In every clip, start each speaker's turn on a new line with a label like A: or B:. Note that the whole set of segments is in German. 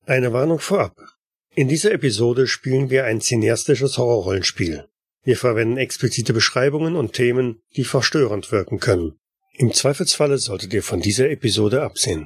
A: Eine Warnung vorab. In dieser Episode spielen wir ein cineastisches Horrorrollenspiel. Wir verwenden explizite Beschreibungen und Themen, die verstörend wirken können. Im Zweifelsfalle solltet ihr von dieser Episode absehen.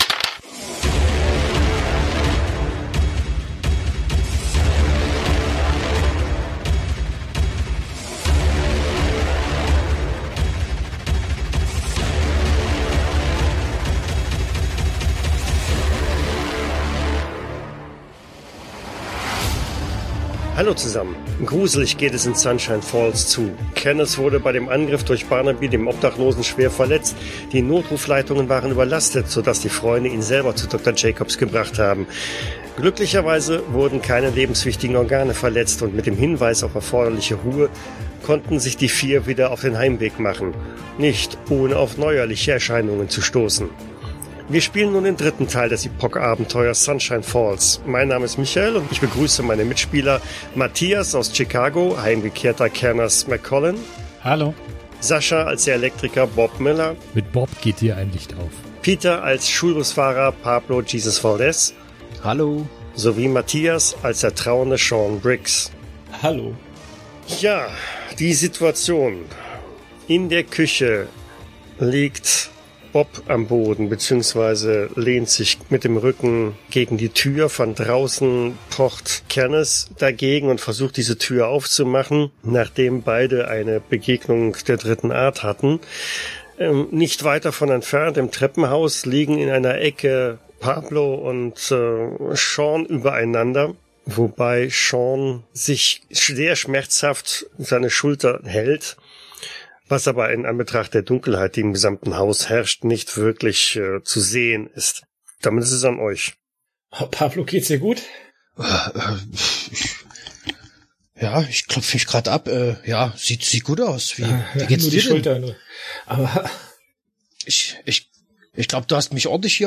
A: Hallo zusammen. Gruselig geht es in Sunshine Falls zu. Kenneth wurde bei dem Angriff durch Barnaby, dem Obdachlosen, schwer verletzt. Die Notrufleitungen waren überlastet, sodass die Freunde ihn selber zu Dr. Jacobs gebracht haben. Glücklicherweise wurden keine lebenswichtigen Organe verletzt und mit dem Hinweis auf erforderliche Ruhe konnten sich die vier wieder auf den Heimweg machen. Nicht ohne auf neuerliche Erscheinungen zu stoßen. Wir spielen nun den dritten Teil des Epoch-Abenteuers Sunshine Falls. Mein Name ist Michael und ich begrüße meine Mitspieler Matthias aus Chicago, heimgekehrter Kerners McCollin.
B: Hallo.
A: Sascha als der Elektriker Bob Miller.
B: Mit Bob geht hier ein Licht auf.
A: Peter als Schulbusfahrer Pablo Jesus Valdez.
C: Hallo.
A: Sowie Matthias als der trauernde Sean Briggs.
D: Hallo.
A: Ja, die Situation. In der Küche liegt Bob am Boden, beziehungsweise lehnt sich mit dem Rücken gegen die Tür. Von draußen pocht Kenneth dagegen und versucht, diese Tür aufzumachen, nachdem beide eine Begegnung der dritten Art hatten. Nicht weit davon entfernt, im Treppenhaus, liegen in einer Ecke Pablo und Sean übereinander, wobei Sean sich sehr schmerzhaft seine Schulter hält, was aber in Anbetracht der Dunkelheit, die im gesamten Haus herrscht, nicht wirklich zu sehen ist. Damit ist es an euch.
D: Pablo, geht's dir gut?
C: Ja, ich klopfe mich gerade ab. Ja, sieht gut aus. Wie geht's
D: nur
C: dir
D: die Schulter
C: denn?
D: nur. Aber
C: Ich glaube, du hast mich ordentlich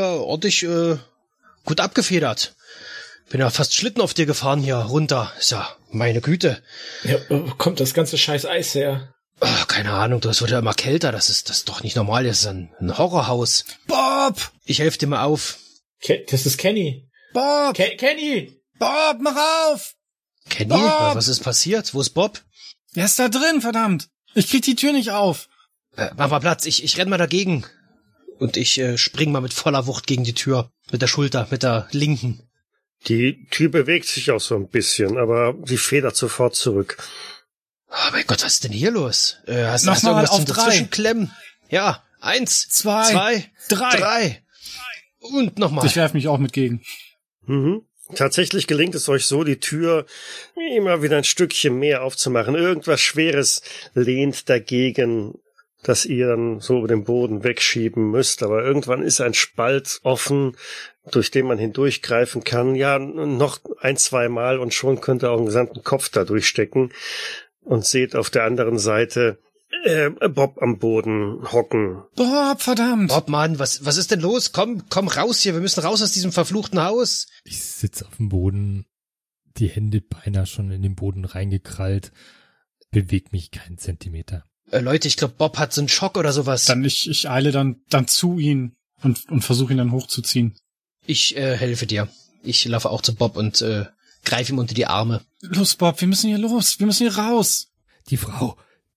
C: gut abgefedert. Bin ja fast Schlitten auf dir gefahren hier runter. Ist ja meine Güte.
D: ja, wo kommt das ganze scheiß Eis her?
C: Keine Ahnung, das wird ja immer kälter. Das ist doch nicht normal. Das ist ein Horrorhaus.
B: Bob!
C: Ich helfe dir mal auf.
D: Das ist Kenny.
B: Bob!
D: Kenny!
B: Bob, mach auf!
C: Kenny,
B: Bob!
C: was ist passiert? Wo ist Bob?
B: Er ist da drin, verdammt! Ich krieg die Tür nicht auf.
C: Mach mal Platz. Ich renn mal dagegen. Und ich spring mal mit voller Wucht gegen die Tür. Mit der Schulter, mit der linken.
A: Die Tür bewegt sich auch so ein bisschen, aber sie federt sofort zurück.
C: Oh mein Gott, was ist denn hier los? Hast
B: Noch
C: du
B: mal
C: irgendwas
B: auf
C: zum
B: 3.
C: Dazwischenklemmen? Ja, 1, 2, 3. Und nochmal.
B: Ich werf mich auch mit gegen.
A: Tatsächlich gelingt es euch so, die Tür immer wieder ein Stückchen mehr aufzumachen. Irgendwas Schweres lehnt dagegen, dass ihr dann so über den Boden wegschieben müsst. Aber irgendwann ist ein Spalt offen, durch den man hindurchgreifen kann. Ja, noch 1-2 Mal und schon könnt ihr auch einen gesamten Kopf da durchstecken. Und seht auf der anderen Seite Bob am Boden hocken.
B: Bob, verdammt!
C: Bob, Mann, was ist denn los? Komm raus hier, wir müssen raus aus diesem verfluchten Haus.
E: Ich sitz auf dem Boden, die Hände beinahe schon in den Boden reingekrallt, bewegt mich keinen Zentimeter.
C: Leute, ich glaube, Bob hat so einen Schock oder sowas.
B: Dann ich eile dann zu ihm und versuche ihn dann hochzuziehen.
C: Ich helfe dir. Ich laufe auch zu Bob und greife ihm unter die Arme.
B: Los, Bob, wir müssen hier los. Wir müssen hier raus.
E: Die Frau.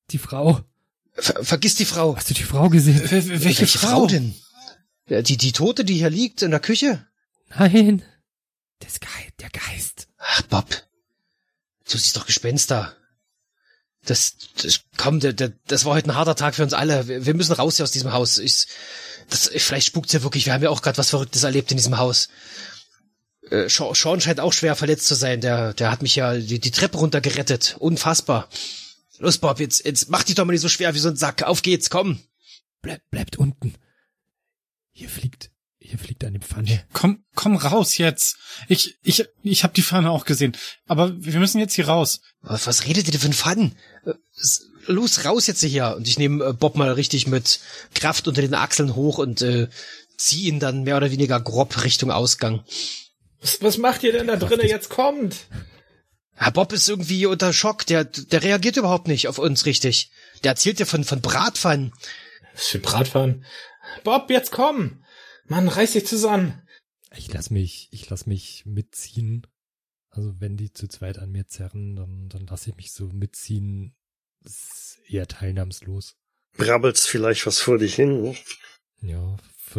C: Vergiss die Frau.
E: Hast du die Frau gesehen?
B: Welche Frau
C: denn? Ja, die Tote, die hier liegt in der Küche?
E: Nein. Der Geist.
C: Ach, Bob. Du siehst doch Gespenster. Das war heute ein harter Tag für uns alle. Wir müssen raus hier aus diesem Haus. Vielleicht spukt's ja wirklich. Wir haben ja auch gerade was Verrücktes erlebt in diesem Haus. Sean scheint auch schwer verletzt zu sein. Der hat mich ja die Treppe runter gerettet. Unfassbar. Los, Bob, jetzt mach dich doch mal nicht so schwer wie so ein Sack. Auf geht's, komm.
E: Bleibt unten. Hier fliegt eine Pfanne.
B: Komm raus jetzt. Ich hab die Pfanne auch gesehen. Aber wir müssen jetzt hier raus.
C: Was redet ihr denn für ein Pfannen? Los, raus jetzt hier. Und ich nehme Bob mal richtig mit Kraft unter den Achseln hoch und zieh ihn dann mehr oder weniger grob Richtung Ausgang.
D: Was macht ihr denn da drinnen? Jetzt kommt!
C: Herr Bob ist irgendwie unter Schock. Der reagiert überhaupt nicht auf uns richtig. Der erzählt ja von Bratpfannen.
D: Was für Bratpfannen? Bob, jetzt komm! Mann, reiß dich zusammen.
E: Ich lass mich mitziehen. Also wenn die zu zweit an mir zerren, dann lasse ich mich so mitziehen. Das ist eher teilnahmslos.
A: Brabbelst vielleicht was vor dich hin, ne?
E: Ja,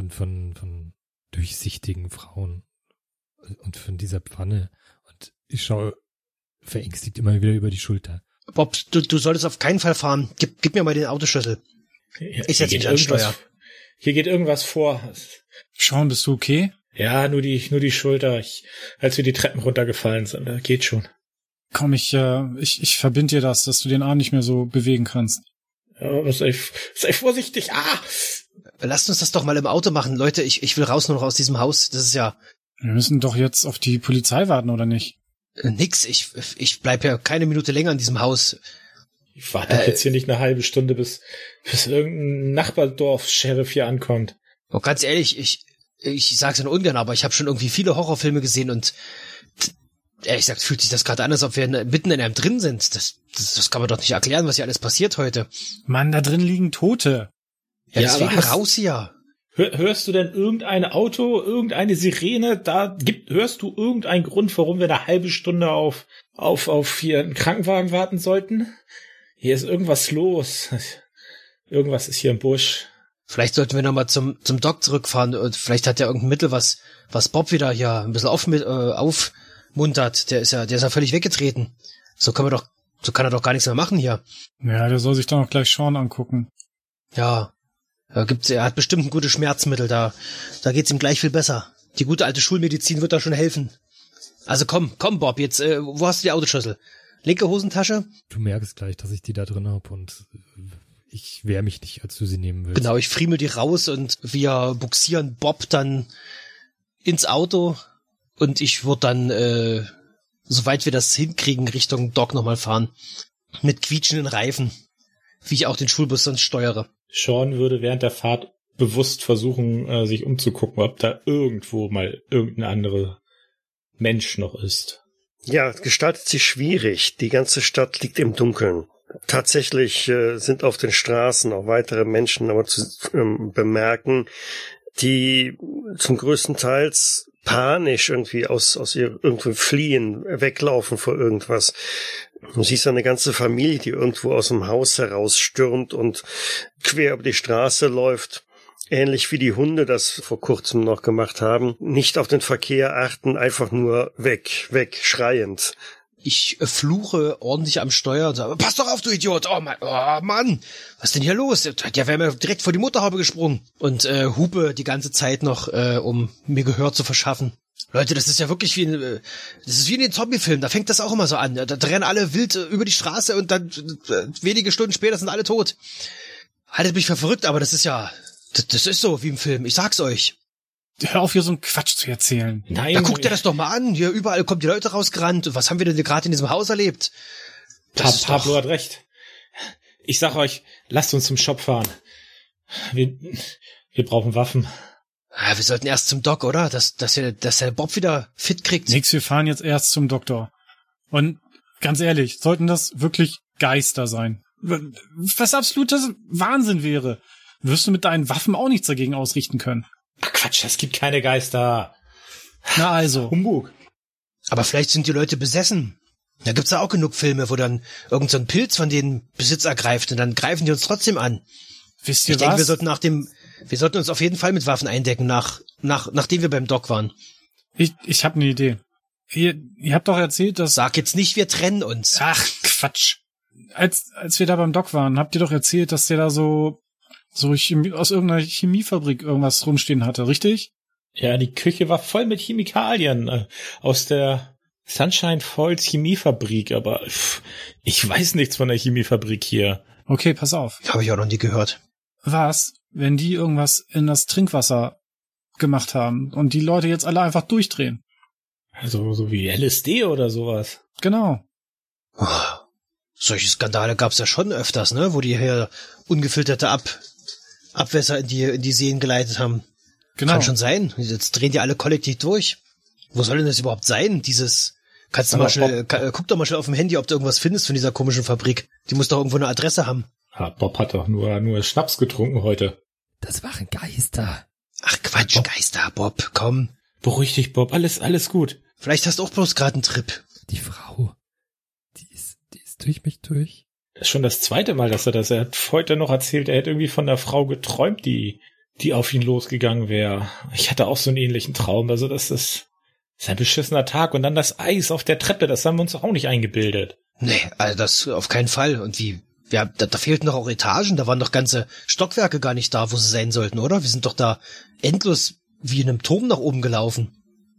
E: von durchsichtigen Frauen und von dieser Pfanne. Und ich schaue verängstigt immer wieder über die Schulter.
C: Bob, du solltest auf keinen Fall fahren. Gib mir mal den Autoschlüssel. Ich setze mich an Steuer.
D: Hier geht irgendwas vor.
B: Sean, bist du okay?
D: Ja, nur die Schulter. Als wir die Treppen runtergefallen sind, geht schon.
B: Komm, ich verbinde dir das, dass du den Arm nicht mehr so bewegen kannst.
D: Ja, sei vorsichtig. Ah!
C: Lasst uns das doch mal im Auto machen. Leute, ich will raus nur noch aus diesem Haus. Das ist ja...
B: Wir müssen doch jetzt auf die Polizei warten, oder nicht?
C: Nix. Ich bleib ja keine Minute länger in diesem Haus.
D: Ich warte jetzt hier nicht eine halbe Stunde, bis irgendein Nachbardorf-Sheriff hier ankommt.
C: Oh, ganz ehrlich, ich sag's ja nur ungern, aber ich habe schon irgendwie viele Horrorfilme gesehen und ehrlich gesagt fühlt sich das gerade an, als ob wir mitten in einem drin sind. Das kann man doch nicht erklären, was hier alles passiert heute.
B: Mann, da drin liegen Tote.
C: Ja, deswegen
D: aber
C: raus hier.
D: Hörst du denn irgendein Auto, irgendeine Sirene? Hörst du irgendeinen Grund, warum wir eine halbe Stunde auf hier einen Krankenwagen warten sollten? Hier ist irgendwas los. Irgendwas ist hier im Busch.
C: Vielleicht sollten wir nochmal zum Doc zurückfahren und vielleicht hat er irgendein Mittel, was Bob wieder hier ein bisschen aufmuntert. Der ist ja völlig weggetreten. So kann er doch gar nichts mehr machen hier.
B: Ja, der soll sich doch noch gleich Sean angucken.
C: Ja. Er hat bestimmt ein gutes Schmerzmittel, da geht's ihm gleich viel besser. Die gute alte Schulmedizin wird da schon helfen. Also komm, Bob, jetzt, wo hast du die Autoschlüssel? Linke Hosentasche?
E: Du merkst gleich, dass ich die da drin hab und ich wehre mich nicht, als du sie nehmen willst.
C: Genau, ich friemel die raus und wir buxieren Bob dann ins Auto und ich würde dann, soweit wir das hinkriegen, Richtung Doc nochmal fahren. Mit quietschenden Reifen, wie ich auch den Schulbus sonst steuere.
D: Sean würde während der Fahrt bewusst versuchen, sich umzugucken, ob da irgendwo mal irgendein anderer Mensch noch ist.
A: Ja, gestaltet sich schwierig. Die ganze Stadt liegt im Dunkeln. Tatsächlich sind auf den Straßen auch weitere Menschen aber zu bemerken, die zum größten Teils panisch irgendwie aus irgendwo fliehen, weglaufen vor irgendwas. Du siehst eine ganze Familie, die irgendwo aus dem Haus herausstürmt und quer über die Straße läuft. Ähnlich wie die Hunde das vor kurzem noch gemacht haben. Nicht auf den Verkehr achten, einfach nur weg, schreiend.
C: Ich fluche ordentlich am Steuer und sage, pass doch auf, du Idiot! Oh Mann! Was ist denn hier los? Ja, wir haben ja direkt vor die Motorhaube gesprungen. Und hupe die ganze Zeit noch, um mir Gehör zu verschaffen. Leute, das ist ja wirklich wie in den Zombie-Filmen, da fängt das auch immer so an. Da rennen alle wild über die Straße und dann wenige Stunden später sind alle tot. Haltet mich für verrückt, aber das ist so wie im Film, ich sag's euch.
B: Hör auf, hier so einen Quatsch zu erzählen.
D: Nein.
C: Da guckt ihr das doch mal an, hier überall kommen die Leute rausgerannt. Was haben wir denn gerade in diesem Haus erlebt?
D: Pablo hat recht. Ich sag euch, lasst uns zum Shop fahren. Wir brauchen Waffen.
C: Ja, wir sollten erst zum Doc, oder? Dass der Bob wieder fit kriegt.
B: Nix, wir fahren jetzt erst zum Doktor. Und ganz ehrlich, sollten das wirklich Geister sein? Was absolutes Wahnsinn wäre. Wirst du mit deinen Waffen auch nichts dagegen ausrichten können.
D: Ach Quatsch, es gibt keine Geister.
B: Na also.
D: Humbug.
C: Aber vielleicht sind die Leute besessen. Da gibt's ja auch genug Filme, wo dann irgend so ein Pilz von denen Besitz ergreift und dann greifen die uns trotzdem an.
B: Wisst ihr
C: ich denke,
B: was?
C: wir sollten uns auf jeden Fall mit Waffen eindecken, nachdem wir beim Doc waren.
B: Ich habe eine Idee. Ihr habt doch erzählt, dass...
C: Sag jetzt nicht, wir trennen uns.
B: Ach, Quatsch. Als wir da beim Doc waren, habt ihr doch erzählt, dass der da so aus irgendeiner Chemiefabrik irgendwas rumstehen hatte, richtig?
D: Ja, die Küche war voll mit Chemikalien aus der Sunshine Falls Chemiefabrik, aber ich weiß nichts von der Chemiefabrik hier.
B: Okay, pass auf.
C: Habe ich auch noch nie gehört.
B: Was, wenn die irgendwas in das Trinkwasser gemacht haben und die Leute jetzt alle einfach durchdrehen?
D: Also so wie LSD oder sowas.
B: Genau.
C: Oh, solche Skandale gab's ja schon öfters, ne, wo die hier ungefilterte Abwässer in die Seen geleitet haben.
B: Genau.
C: Kann schon sein. Jetzt drehen die alle kollektiv durch. Wo soll denn das überhaupt sein? Guck doch mal schnell auf dem Handy, ob du irgendwas findest von dieser komischen Fabrik. Die muss doch irgendwo eine Adresse haben.
D: Ja, Bob hat doch nur Schnaps getrunken heute.
E: Das waren Geister.
C: Ach Quatsch, Geister, Bob, komm.
D: Beruhig dich, Bob. Alles gut.
C: Vielleicht hast du auch bloß gerade einen Trip.
E: Die Frau, die ist durch mich durch.
D: Das ist schon das zweite Mal, dass er das. Er hat heute noch erzählt, er hätte irgendwie von der Frau geträumt, die auf ihn losgegangen wäre. Ich hatte auch so einen ähnlichen Traum. Also das ist ein beschissener Tag. Und dann das Eis auf der Treppe, das haben wir uns auch nicht eingebildet.
C: Nee, also das auf keinen Fall. Und wie? Ja, da fehlten doch auch Etagen. Da waren doch ganze Stockwerke gar nicht da, wo sie sein sollten, oder? Wir sind doch da endlos wie in einem Turm nach oben gelaufen.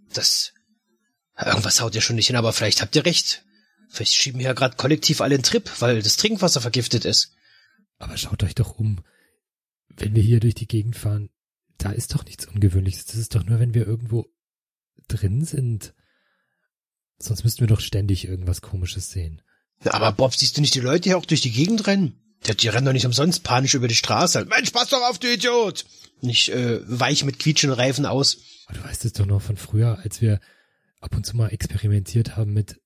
C: Irgendwas haut ja schon nicht hin, aber vielleicht habt ihr recht. Vielleicht schieben wir ja gerade kollektiv alle einen Trip, weil das Trinkwasser vergiftet ist.
E: Aber schaut euch doch um. Wenn wir hier durch die Gegend fahren, da ist doch nichts Ungewöhnliches. Das ist doch nur, wenn wir irgendwo drin sind. Sonst müssten wir doch ständig irgendwas Komisches sehen.
C: Ja, aber Bob, siehst du nicht die Leute hier auch durch die Gegend rennen? Die rennen doch nicht umsonst panisch über die Straße. Mensch, pass doch auf, du Idiot! Nicht weich mit quietschenden Reifen aus.
E: Aber du weißt es doch noch von früher, als wir ab und zu mal experimentiert haben mit,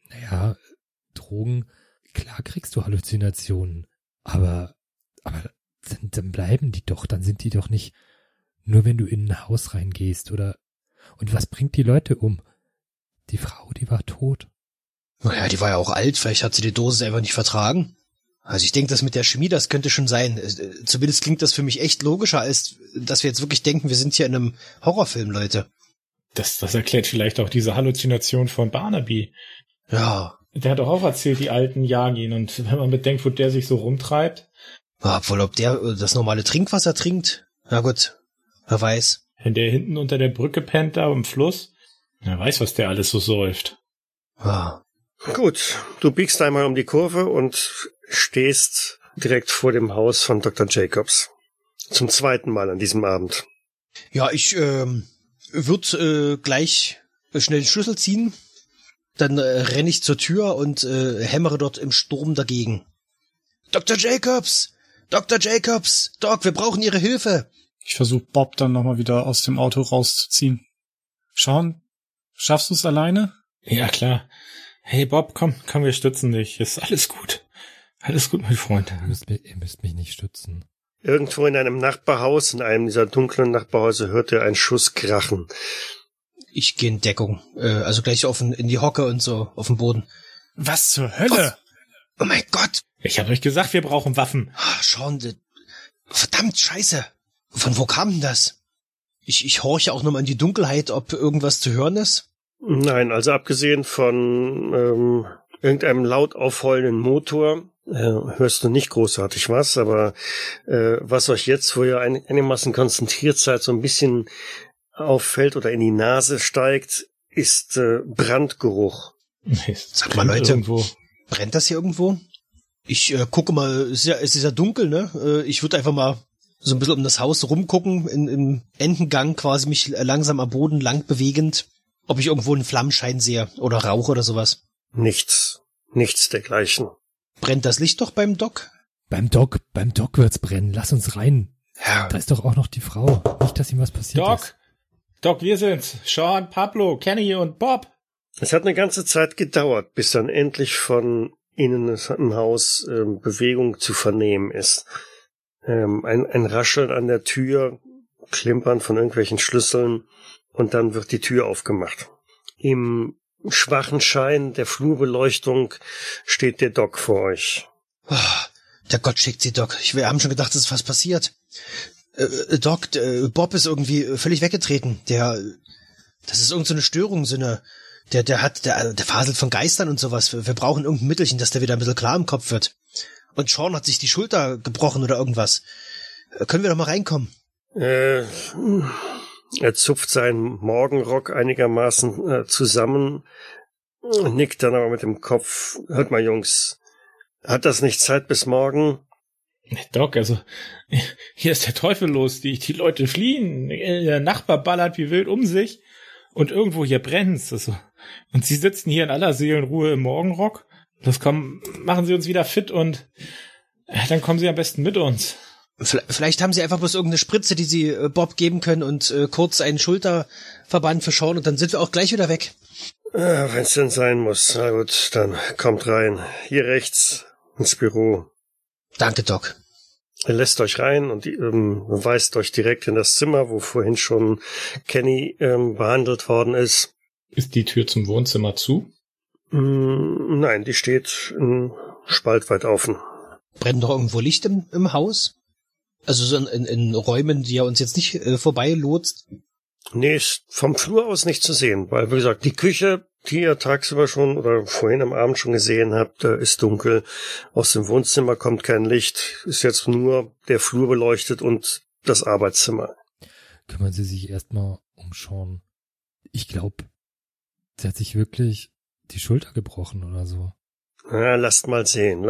E: Drogen. Klar kriegst du Halluzinationen, aber dann bleiben die doch, dann sind die doch nicht nur, wenn du in ein Haus reingehst oder, und was bringt die Leute um? Die Frau, die war tot.
C: Naja, die war ja auch alt, vielleicht hat sie die Dosis einfach nicht vertragen. Also ich denke, das mit der Chemie, das könnte schon sein. Zumindest klingt das für mich echt logischer, als dass wir jetzt wirklich denken, wir sind hier in einem Horrorfilm, Leute.
D: Das erklärt vielleicht auch diese Halluzination von Barnaby.
C: Ja.
D: Der hat doch auch erzählt, die Alten jagen ihn. Und wenn man bedenkt, wo der sich so rumtreibt.
C: Obwohl, ob der das normale Trinkwasser trinkt? Na gut, wer weiß.
D: Wenn der hinten unter der Brücke pennt, da im Fluss, wer weiß, was der alles so säuft.
C: Ja.
A: Gut, du biegst einmal um die Kurve und stehst direkt vor dem Haus von Dr. Jacobs. Zum zweiten Mal an diesem Abend.
C: Ja, ich würde gleich schnell den Schlüssel ziehen. Dann renne ich zur Tür und hämmere dort im Sturm dagegen. Dr. Jacobs! Dr. Jacobs! Doc, wir brauchen Ihre Hilfe!
B: Ich versuche Bob dann nochmal wieder aus dem Auto rauszuziehen. Sean, schaffst du es alleine?
D: Ja, klar. Hey Bob, komm, wir stützen dich. Ist alles gut. Alles gut, mein Freund.
E: Ihr müsst mich nicht stützen.
A: Irgendwo in einem Nachbarhaus, in einem dieser dunklen Nachbarhäuser, hört er einen Schuss krachen.
C: Ich gehe in Deckung. Also gleich in die Hocke und so auf dem Boden.
B: Was zur Hölle?
C: Oh mein Gott!
D: Ich hab euch gesagt, wir brauchen Waffen.
C: Sean, verdammt, scheiße. Von wo kam denn das? Ich horche auch nochmal in die Dunkelheit, ob irgendwas zu hören ist.
A: Nein, also abgesehen von irgendeinem laut aufheulenden Motor hörst du nicht großartig was, aber was euch jetzt, wo ihr einigermaßen konzentriert seid, so ein bisschen auffällt oder in die Nase steigt, ist Brandgeruch.
C: Sag mal, Leute, brennt das hier irgendwo? Ich gucke mal, es ist ja dunkel, ne? Ich würde einfach mal so ein bisschen um das Haus rumgucken, im Endengang quasi mich langsam am Boden lang bewegend, ob ich irgendwo einen Flammenschein sehe oder Rauch oder sowas.
A: Nichts dergleichen.
C: Brennt das Licht doch beim Doc?
E: Beim Doc wird's brennen. Lass uns rein.
C: Ja.
E: Da ist doch auch noch die Frau. Nicht, dass ihm was passiert ist.
D: Doc, wir sind's. Sean, Pablo, Kenny und Bob.
A: Es hat eine ganze Zeit gedauert, bis dann endlich von innen im Haus Bewegung zu vernehmen ist. Ein Rascheln an der Tür, Klimpern von irgendwelchen Schlüsseln und dann wird die Tür aufgemacht. Im schwachen Schein der Flurbeleuchtung steht der Doc vor euch.
C: Oh, der Gott schickt sie, Doc. Wir haben schon gedacht, es ist was passiert. Doc, Bob ist irgendwie völlig weggetreten. Das ist irgend so eine Störung, der faselt von Geistern und sowas. Wir brauchen irgendein Mittelchen, dass der wieder ein bisschen klar im Kopf wird. Und Sean hat sich die Schulter gebrochen oder irgendwas. Können wir doch mal reinkommen?
A: Er zupft seinen Morgenrock einigermaßen zusammen, nickt dann aber mit dem Kopf. Hört mal, Jungs, hat das nicht Zeit bis morgen?
D: Doc, also, hier ist der Teufel los. Die Leute fliehen. Der Nachbar ballert wie wild um sich. Und irgendwo hier brennt's. Also. Und sie sitzen hier in aller Seelenruhe im Morgenrock. Machen Sie uns wieder fit und dann kommen Sie am besten mit uns.
C: Vielleicht haben Sie einfach bloß irgendeine Spritze, die Sie Bob geben können und kurz einen Schulterverband verschauen und dann sind wir auch gleich wieder weg.
A: Wenn es denn sein muss. Na gut, dann kommt rein. Hier rechts ins Büro.
C: Danke, Doc.
A: Er lässt euch rein und weist euch direkt in das Zimmer, wo vorhin schon Kenny behandelt worden ist.
D: Ist die Tür zum Wohnzimmer zu?
A: Nein, die steht spaltweit offen.
C: Brennt doch irgendwo Licht im Haus? Also so in Räumen, die er uns jetzt nicht vorbeilotst?
A: Nee, ist vom Flur aus nicht zu sehen, weil, wie gesagt, die Küche, die ihr tagsüber schon oder vorhin am Abend schon gesehen habt, ist dunkel. Aus dem Wohnzimmer kommt kein Licht, ist jetzt nur der Flur beleuchtet und das Arbeitszimmer.
E: Kümmern Sie sich erstmal um Sean. Ich glaube, sie hat sich wirklich die Schulter gebrochen oder so.
A: Ja, lasst mal sehen.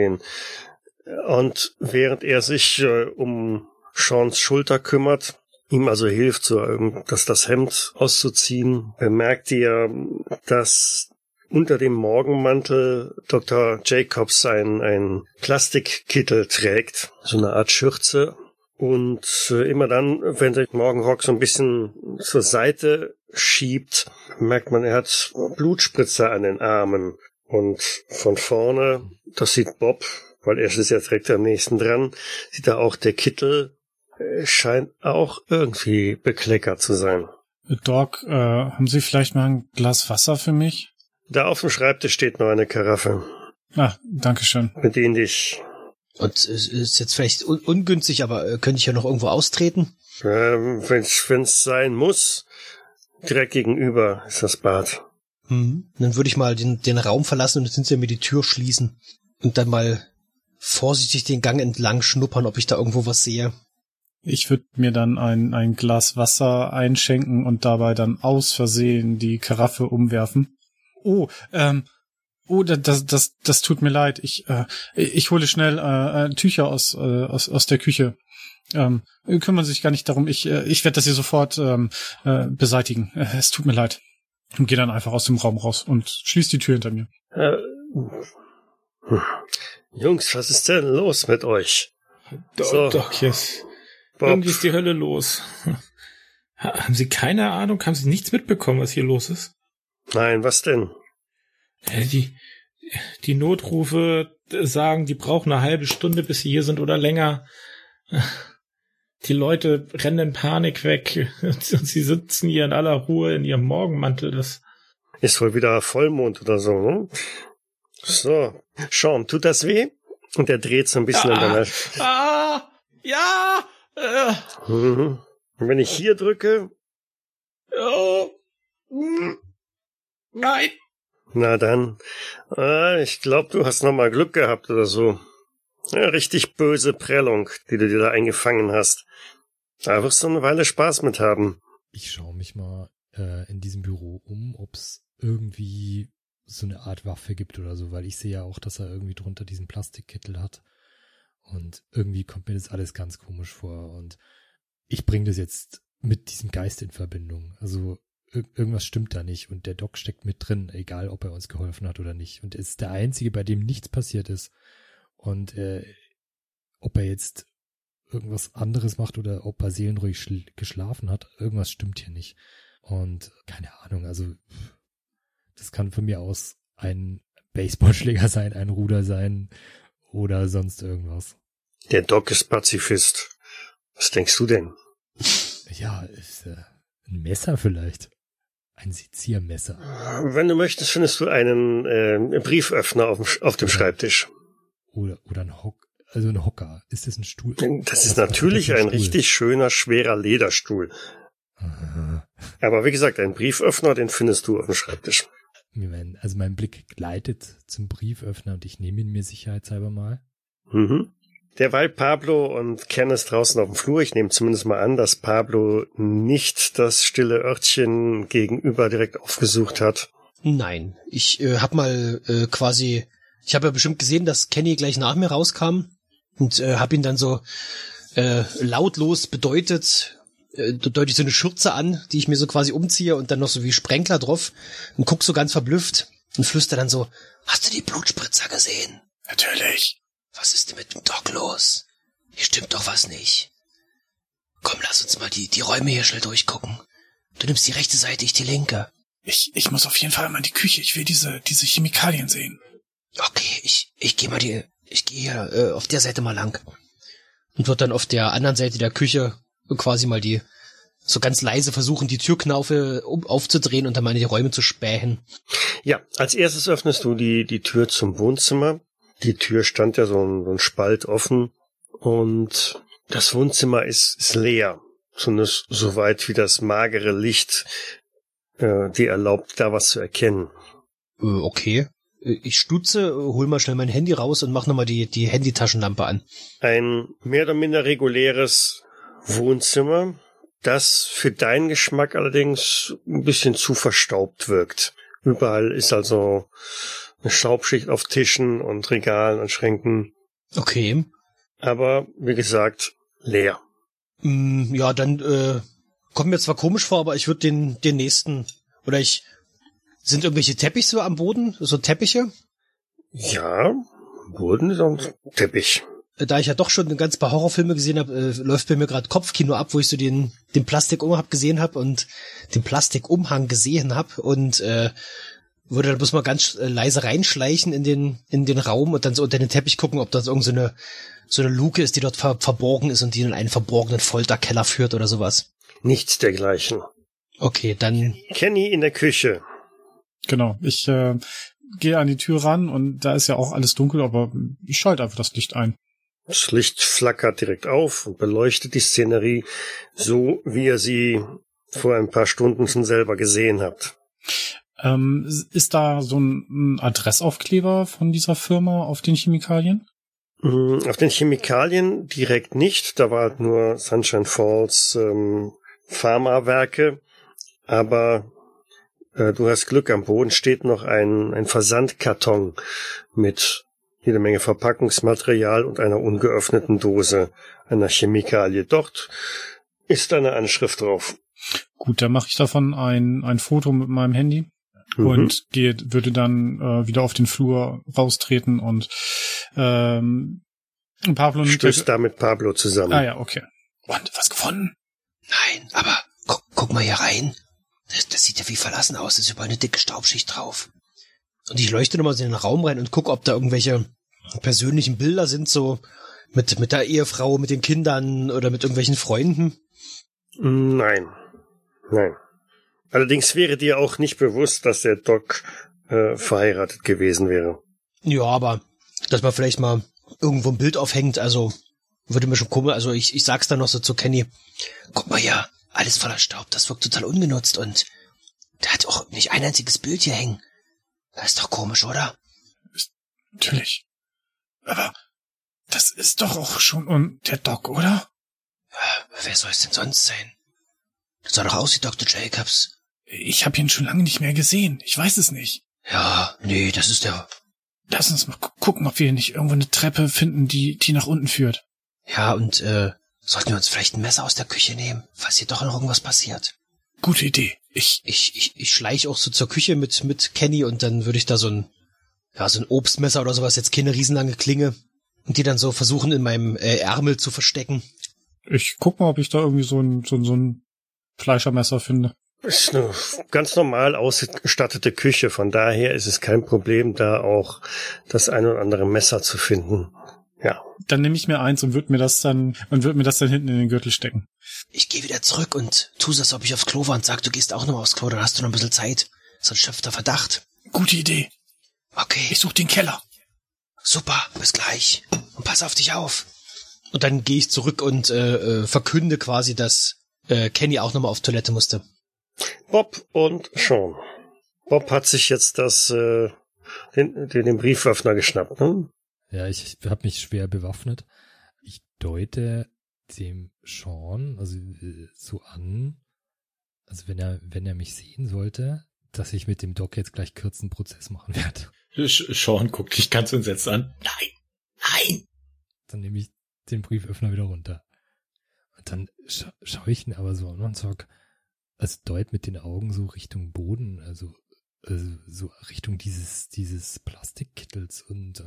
A: Und während er sich um Seans Schulter kümmert, ihm also hilft, so das Hemd auszuziehen, bemerkt ihr, dass unter dem Morgenmantel Dr. Jacobs ein Plastikkittel trägt, so eine Art Schürze. Und immer dann, wenn der Morgenrock so ein bisschen zur Seite schiebt, merkt man, er hat Blutspritzer an den Armen. Und von vorne, das sieht Bob, weil er ist ja direkt am nächsten dran, sieht er auch, der Kittel scheint auch irgendwie bekleckert zu sein.
B: Doc, haben Sie vielleicht mal ein Glas Wasser für mich?
A: Da auf dem Schreibtisch steht noch eine Karaffe.
B: Ah, danke schön.
A: Bedien dich.
C: Und ist jetzt vielleicht ungünstig, aber könnte ich ja noch irgendwo austreten?
A: Wenn's sein muss, direkt gegenüber ist das Bad.
C: Dann würde ich mal den Raum verlassen und hinter mir die Tür schließen und dann mal vorsichtig den Gang entlang schnuppern, ob ich da irgendwo was sehe.
B: Ich würde mir dann ein Glas Wasser einschenken und dabei dann aus Versehen die Karaffe umwerfen. Das tut mir leid. Ich hole schnell Tücher aus der Küche. Kümmern Sie sich gar nicht darum. Ich werde das hier sofort beseitigen. Es tut mir leid. Und gehe dann einfach aus dem Raum raus und schließe die Tür hinter mir.
A: Jungs, was ist denn los mit euch?
D: Doc, jetzt. Irgendwie ist die Hölle los. Haben Sie keine Ahnung? Haben Sie nichts mitbekommen, was hier los ist?
A: Nein, was denn?
D: Die Notrufe sagen, die brauchen eine halbe Stunde, bis sie hier sind oder länger. Die Leute rennen in Panik weg und sie sitzen hier in aller Ruhe in ihrem Morgenmantel. Das
A: ist wohl wieder Vollmond oder so, ne? So, Sean, tut das weh? Und er dreht so ein bisschen an deiner...
D: Ja!
A: Und wenn ich hier drücke...
D: Nein!
A: Na dann, ich glaube, du hast noch mal Glück gehabt oder so. Ja, richtig böse Prellung, die du dir da eingefangen hast. Da wirst du eine Weile Spaß mit haben.
E: Ich schaue mich mal in diesem Büro um, ob es irgendwie so eine Art Waffe gibt oder so, weil ich sehe ja auch, dass er irgendwie drunter diesen Plastikkittel hat. Und irgendwie kommt mir das alles ganz komisch vor. Und ich bringe das jetzt mit diesem Geist in Verbindung. Also irgendwas stimmt da nicht. Und der Doc steckt mit drin, egal ob er uns geholfen hat oder nicht. Und er ist der Einzige, bei dem nichts passiert ist. Und ob er jetzt irgendwas anderes macht oder ob er seelenruhig geschlafen hat, irgendwas stimmt hier nicht. Und keine Ahnung, also das kann von mir aus ein Baseballschläger sein, ein Ruder sein oder sonst irgendwas.
A: Der Doc ist Pazifist. Was denkst du denn?
E: Ja, ist ein Messer vielleicht. Ein Seziermesser.
A: Wenn du möchtest, findest du einen Brieföffner auf dem Schreibtisch.
E: Oder ein Hocker. Ist das ein Stuhl?
A: Das ist natürlich ein richtig schöner, schwerer Lederstuhl.
E: Aha.
A: Aber wie gesagt, ein Brieföffner, den findest du auf dem Schreibtisch.
E: Also mein Blick gleitet zum Brieföffner und ich nehme ihn mir sicherheitshalber mal.
A: Mhm. Derweil Pablo und Ken ist draußen auf dem Flur. Ich nehme zumindest mal an, dass Pablo nicht das stille Örtchen gegenüber direkt aufgesucht hat.
C: Nein, ich habe mal ich habe ja bestimmt gesehen, dass Kenny gleich nach mir rauskam und habe ihn dann so lautlos bedeutet so eine Schürze an, die ich mir so quasi umziehe und dann noch so wie Sprenkler drauf und guck so ganz verblüfft und flüster dann so, hast du die Blutspritzer gesehen?
B: Natürlich.
C: Was ist denn mit dem Doc los? Hier stimmt doch was nicht. Komm, lass uns mal die Räume hier schnell durchgucken. Du nimmst die rechte Seite, ich die linke.
B: Ich muss auf jeden Fall mal in die Küche. Ich will diese Chemikalien sehen.
C: Okay, ich gehe hier auf der Seite mal lang. und wird dann auf der anderen Seite der Küche quasi mal so ganz leise versuchen, die Türknaufe aufzudrehen und dann mal in die Räume zu spähen.
A: Ja, als erstes öffnest du die Tür zum Wohnzimmer. Die Tür stand ja so ein Spalt offen und das Wohnzimmer ist leer. Zumindest so weit wie das magere Licht dir erlaubt, da was zu erkennen.
C: Okay. Ich stutze, hol mal schnell mein Handy raus und mach nochmal die Handytaschenlampe an.
A: Ein mehr oder minder reguläres Wohnzimmer, das für deinen Geschmack allerdings ein bisschen zu verstaubt wirkt. Überall ist also eine Staubschicht auf Tischen und Regalen und Schränken.
C: Okay.
A: Aber, wie gesagt, leer.
C: Ja, dann kommt mir zwar komisch vor, aber ich würde den nächsten, sind irgendwelche Teppiche so am Boden? So Teppiche?
A: Ja, Boden ist ein Teppich.
C: Da ich ja doch schon ein ganz paar Horrorfilme gesehen habe, läuft bei mir gerade Kopfkino ab, wo ich so den Plastikumhang gesehen habe und würde dann bloß mal ganz leise reinschleichen in den Raum und dann so unter den Teppich gucken, ob da irgend so eine Luke ist, die dort verborgen ist und die in einen verborgenen Folterkeller führt oder sowas.
A: Nichts dergleichen.
C: Okay, dann...
A: Kenny in der Küche.
B: Genau, ich gehe an die Tür ran und da ist ja auch alles dunkel, aber ich schalte einfach das Licht ein.
A: Das Licht flackert direkt auf und beleuchtet die Szenerie so, wie ihr sie vor ein paar Stunden schon selber gesehen habt.
B: Ist da so ein Adressaufkleber von dieser Firma auf den Chemikalien?
A: Auf den Chemikalien direkt nicht. Da war nur Sunshine Falls Pharmawerke. Aber du hast Glück, am Boden steht noch ein Versandkarton mit jede Menge Verpackungsmaterial und einer ungeöffneten Dose einer Chemikalie. Dort ist eine Anschrift drauf.
B: Gut, dann mache ich davon ein Foto mit meinem Handy und würde dann wieder auf den Flur raustreten und Pablo
A: stößt da mit Pablo zusammen.
B: Ah ja, okay. Und was gefunden?
C: Nein, aber guck mal hier rein. Das sieht ja wie verlassen aus. Da ist überall eine dicke Staubschicht drauf. Und ich leuchte nochmal so in den Raum rein und gucke, ob da irgendwelche persönlichen Bilder sind, so mit der Ehefrau, mit den Kindern oder mit irgendwelchen Freunden.
A: Nein. Allerdings wäre dir auch nicht bewusst, dass der Doc verheiratet gewesen wäre.
C: Ja, aber dass man vielleicht mal irgendwo ein Bild aufhängt, also würde mir schon komisch, also ich sag's dann noch so zu Kenny. Guck mal hier, alles voller Staub, das wirkt total ungenutzt und der hat auch nicht ein einziges Bild hier hängen. Das ist doch komisch, oder?
B: Natürlich. Aber das ist doch auch schon der Doc, oder?
C: Ja, wer soll es denn sonst sein? Das sah doch aus wie Dr. Jacobs.
B: Ich habe ihn schon lange nicht mehr gesehen. Ich weiß es nicht.
C: Ja, nee, das ist der...
B: Lass uns mal gucken, ob wir nicht irgendwo eine Treppe finden, die nach unten führt.
C: Ja, und sollten wir uns vielleicht ein Messer aus der Küche nehmen, falls hier doch noch irgendwas passiert.
B: Gute Idee.
C: Ich schleiche auch so zur Küche mit Kenny und dann würde ich da so ein Obstmesser oder sowas, jetzt keine riesenlange Klinge, und die dann so versuchen in meinem Ärmel zu verstecken.
B: Ich guck mal, ob ich da irgendwie so ein Fleischermesser finde.
A: Das ist eine ganz normal ausgestattete Küche, von daher ist es kein Problem, da auch das ein oder andere Messer zu finden. Ja.
B: Dann nehme ich mir eins und würde mir das dann hinten in den Gürtel stecken.
C: Ich gehe wieder zurück und tu so, als ob ich aufs Klo war und sag, du gehst auch noch aufs Klo, dann hast du noch ein bisschen Zeit. Sonst schöpft der Verdacht.
B: Gute Idee.
C: Okay.
B: Ich suche den Keller.
C: Super, bis gleich. Und pass auf dich auf. Und dann gehe ich zurück und verkünde quasi, dass Kenny auch nochmal auf Toilette musste.
A: Bob und Sean. Bob hat sich jetzt den Brieföffner geschnappt, ne?
E: Ja, ich habe mich schwer bewaffnet. Ich deute dem Sean so an, also wenn er mich sehen sollte, dass ich mit dem Doc jetzt gleich kurzen Prozess machen werde.
D: Sean guckt dich ganz entsetzt an. Nein!
E: Dann nehme ich den Brieföffner wieder runter. Und dann schaue ich ihn aber so an und sag, also deut mit den Augen so Richtung Boden, also so Richtung dieses Plastikkittels und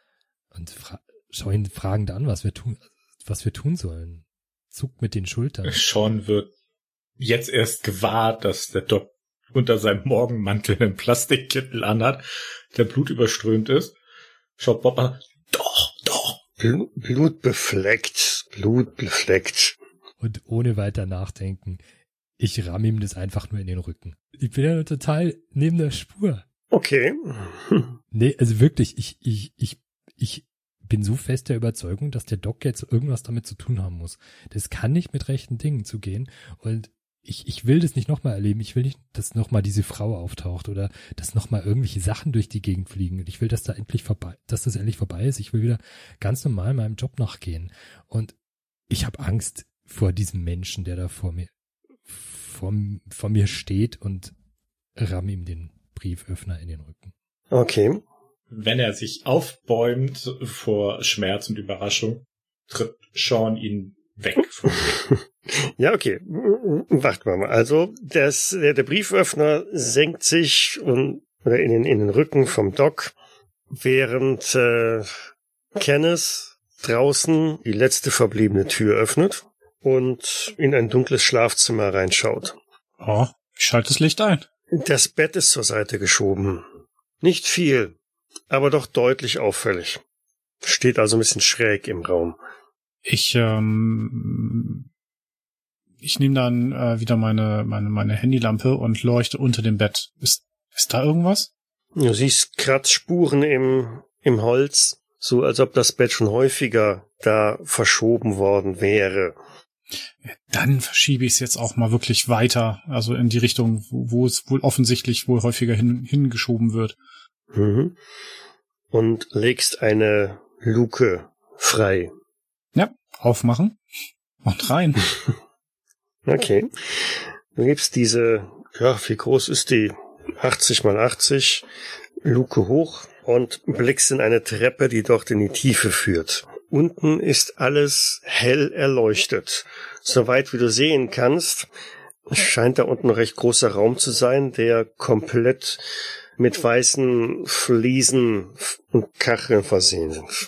E: schau ihn fragend an, was wir tun sollen. Zuckt mit den Schultern.
D: Sean wird jetzt erst gewahr, dass der Doc unter seinem Morgenmantel einen Plastikkittel anhat, der blutüberströmt ist. Schaut Bob an. Doch.
A: Blutbefleckt. blutbefleckt.
E: Und ohne weiter nachdenken, ich ramm ihm das einfach nur in den Rücken. Ich bin ja total neben der Spur.
A: Okay.
E: Nee, also wirklich, ich bin so fest der Überzeugung, dass der Doc jetzt irgendwas damit zu tun haben muss. Das kann nicht mit rechten Dingen zugehen. Und ich will das nicht nochmal erleben. Ich will nicht, dass nochmal diese Frau auftaucht oder dass nochmal irgendwelche Sachen durch die Gegend fliegen. Und ich will, dass das endlich vorbei ist. Ich will wieder ganz normal meinem Job nachgehen. Und ich habe Angst vor diesem Menschen, der da vor mir steht, und ramm ihm den Brieföffner in den Rücken.
A: Okay.
D: Wenn er sich aufbäumt vor Schmerz und Überraschung, tritt Sean ihn weg.
A: Ja, okay. Warten wir mal. Also, der Brieföffner senkt sich oder in den Rücken vom Doc, während Kenneth draußen die letzte verbliebene Tür öffnet und in ein dunkles Schlafzimmer reinschaut.
B: Oh, ich schalte das Licht ein.
A: Das Bett ist zur Seite geschoben. Nicht viel, aber doch deutlich auffällig. Steht also ein bisschen schräg im Raum.
B: Ich nehme dann wieder meine Handylampe und leuchte unter dem Bett. Ist da irgendwas?
A: Du siehst Kratzspuren im Holz, so als ob das Bett schon häufiger da verschoben worden wäre.
B: Dann verschiebe ich es jetzt auch mal wirklich weiter, also in die Richtung, wo es wohl offensichtlich häufiger hingeschoben wird.
A: Mhm. Und legst eine Luke frei.
B: Ja, aufmachen und rein.
A: Okay. Du gibst diese, wie groß ist die? 80 mal 80 Luke hoch und blickst in eine Treppe, die dort in die Tiefe führt. Unten ist alles hell erleuchtet. Soweit wie du sehen kannst, scheint da unten ein recht großer Raum zu sein, der komplett mit weißen Fliesen und Kacheln versehen ist.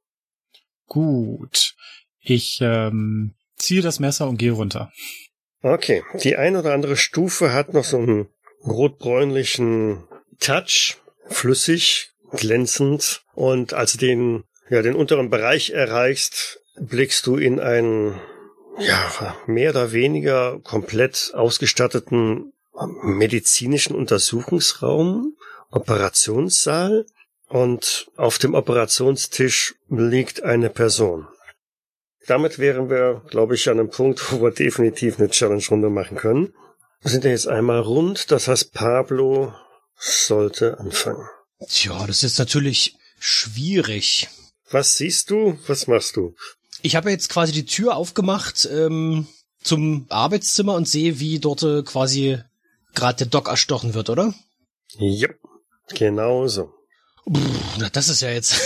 B: Gut. Ich ziehe das Messer und gehe runter.
A: Okay, die ein oder andere Stufe hat noch so einen rotbräunlichen Touch, flüssig, glänzend, und als du den unteren Bereich erreichst, blickst du in einen mehr oder weniger komplett ausgestatteten medizinischen Untersuchungsraum, Operationssaal, und auf dem Operationstisch liegt eine Person. Damit wären wir, glaube ich, an einem Punkt, wo wir definitiv eine Challenge-Runde machen können. Wir sind ja jetzt einmal rund, das heißt, Pablo sollte anfangen.
C: Tja, das ist natürlich schwierig.
A: Was siehst du? Was machst du?
C: Ich habe jetzt quasi die Tür aufgemacht zum Arbeitszimmer und sehe, wie dort quasi gerade der Doc erstochen wird, oder?
A: Ja, genau so.
C: Na, das ist ja jetzt...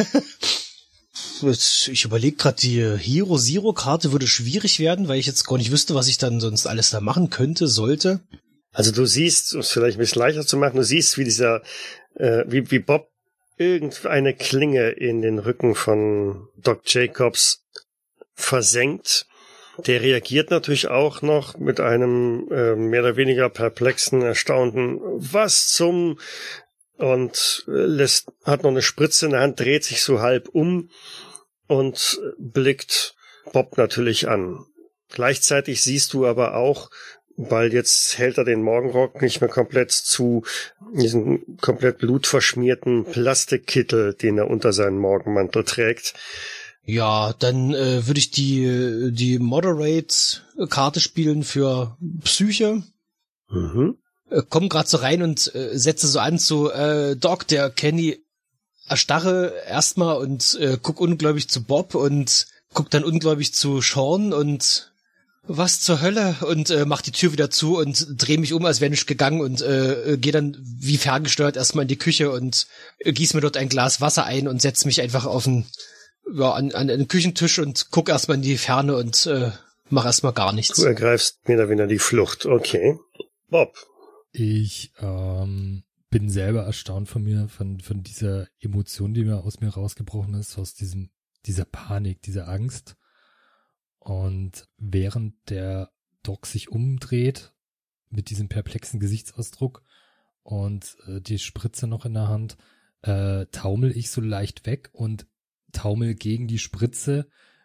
C: Ich überlege gerade, die Hero-Zero-Karte würde schwierig werden, weil ich jetzt gar nicht wüsste, was ich dann sonst alles da machen könnte, sollte.
A: Also du siehst, um es vielleicht ein bisschen leichter zu machen, du siehst, wie wie Bob irgendeine Klinge in den Rücken von Doc Jacobs versenkt. Der reagiert natürlich auch noch mit einem mehr oder weniger perplexen, erstaunten Was zum... und hat noch eine Spritze in der Hand, dreht sich so halb um und blickt Bob natürlich an. Gleichzeitig siehst du aber auch, weil jetzt hält er den Morgenrock nicht mehr komplett zu, diesen komplett blutverschmierten Plastikkittel, den er unter seinen Morgenmantel trägt.
C: Ja, dann würde ich die Moderate-Karte spielen für Psyche.
A: Mhm.
C: Komm grad so rein und setze so an zu Doc, der Kenny erstarre erstmal und guck ungläubig zu Bob und guck dann ungläubig zu Sean und was zur Hölle und mach die Tür wieder zu und dreh mich um, als wäre ich gegangen und gehe dann wie ferngesteuert erstmal in die Küche und gieß mir dort ein Glas Wasser ein und setz mich einfach an den Küchentisch und guck erstmal in die Ferne und mach erstmal gar nichts.
A: Du ergreifst mehr oder weniger die Flucht. Okay. Bob.
E: Ich bin selber erstaunt von dieser Emotion, die mir aus mir rausgebrochen ist, aus dieser Panik, dieser Angst. Und während der Doc sich umdreht, mit diesem perplexen Gesichtsausdruck und die Spritze noch in der Hand, taumel ich so leicht weg und taumel gegen die Spritze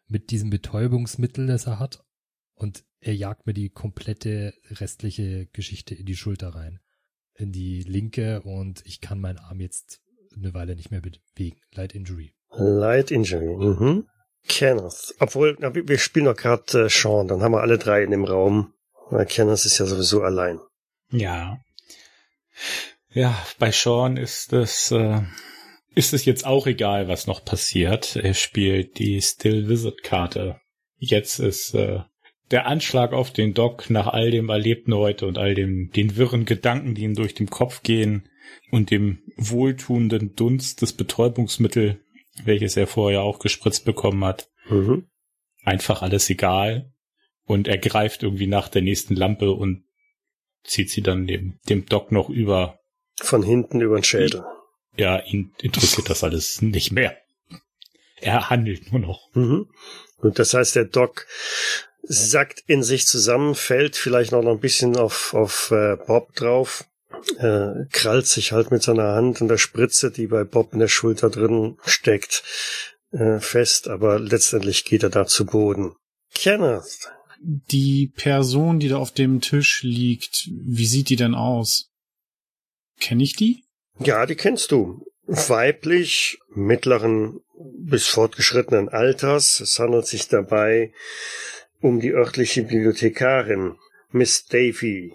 E: mit diesem Betäubungsmittel, das er hat. Und er jagt mir die komplette restliche Geschichte in die Schulter rein. In die linke, und ich kann meinen Arm jetzt eine Weile nicht mehr bewegen. Light Injury.
A: Light Injury, Kenneth. Obwohl, wir spielen doch gerade Sean, dann haben wir alle drei in dem Raum. Weil Kenneth ist ja sowieso allein.
D: Ja. Ja, bei Sean ist es jetzt auch egal, was noch passiert. Er spielt die Still Visit Karte. Jetzt ist der Anschlag auf den Doc nach all dem Erlebten heute und all den wirren Gedanken, die ihm durch den Kopf gehen und dem wohltuenden Dunst des Betäubungsmittels, welches er vorher auch gespritzt bekommen hat. Einfach alles egal. Und er greift irgendwie nach der nächsten Lampe und zieht sie dann dem Doc noch über.
A: Von hinten über den Schädel.
D: Ja, ihn interessiert das alles nicht mehr. Er handelt nur noch.
A: Und das heißt, der Doc sackt in sich zusammen, fällt vielleicht noch ein bisschen auf Bob drauf, krallt sich halt mit seiner Hand und der Spritze, die bei Bob in der Schulter drin steckt, fest, aber letztendlich geht er da zu Boden. Kenneth.
B: Die Person, die da auf dem Tisch liegt, wie sieht die denn aus? Kenne ich die?
A: Ja, die kennst du. Weiblich, mittleren bis fortgeschrittenen Alters. Es handelt sich dabei um die örtliche Bibliothekarin, Miss Davy.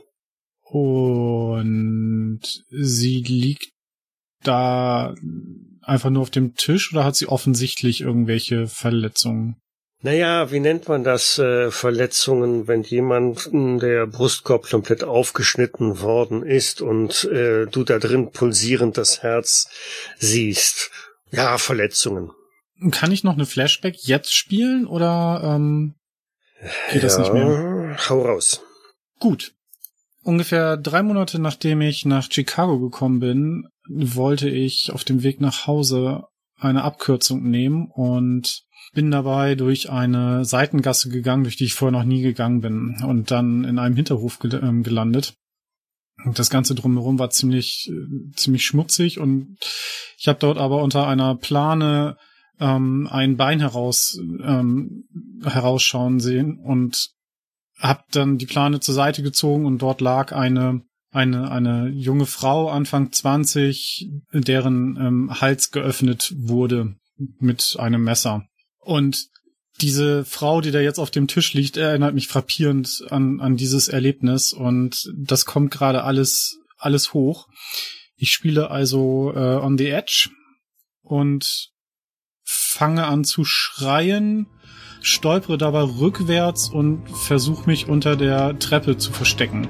B: Und sie liegt da einfach nur auf dem Tisch oder hat sie offensichtlich irgendwelche Verletzungen?
A: Naja, wie nennt man das? Verletzungen, wenn jemand der Brustkorb komplett aufgeschnitten worden ist und du da drin pulsierend das Herz siehst. Ja, Verletzungen.
B: Kann ich noch eine Flashback jetzt spielen oder geht das nicht mehr?
A: Hau raus.
B: Gut. Ungefähr 3 Monate nachdem ich nach Chicago gekommen bin, wollte ich auf dem Weg nach Hause eine Abkürzung nehmen und bin dabei durch eine Seitengasse gegangen, durch die ich vorher noch nie gegangen bin und dann in einem Hinterhof gelandet. Und das Ganze drumherum war ziemlich schmutzig und ich habe dort aber unter einer Plane ein Bein herausschauen sehen und habe dann die Plane zur Seite gezogen und dort lag eine junge Frau, Anfang 20, deren Hals geöffnet wurde mit einem Messer. Und diese Frau, die da jetzt auf dem Tisch liegt, erinnert mich frappierend an dieses Erlebnis und das kommt gerade alles hoch. Ich spiele also on the edge und fange an zu schreien, stolpere dabei rückwärts und versuche mich unter der Treppe zu verstecken.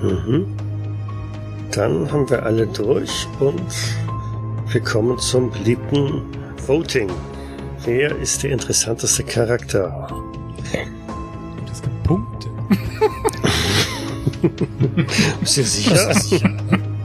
A: Dann haben wir alle durch und wir kommen zum beliebten Voting. Wer ist der interessanteste Charakter?
E: Und es gibt Punkte.
A: Bist du sicher?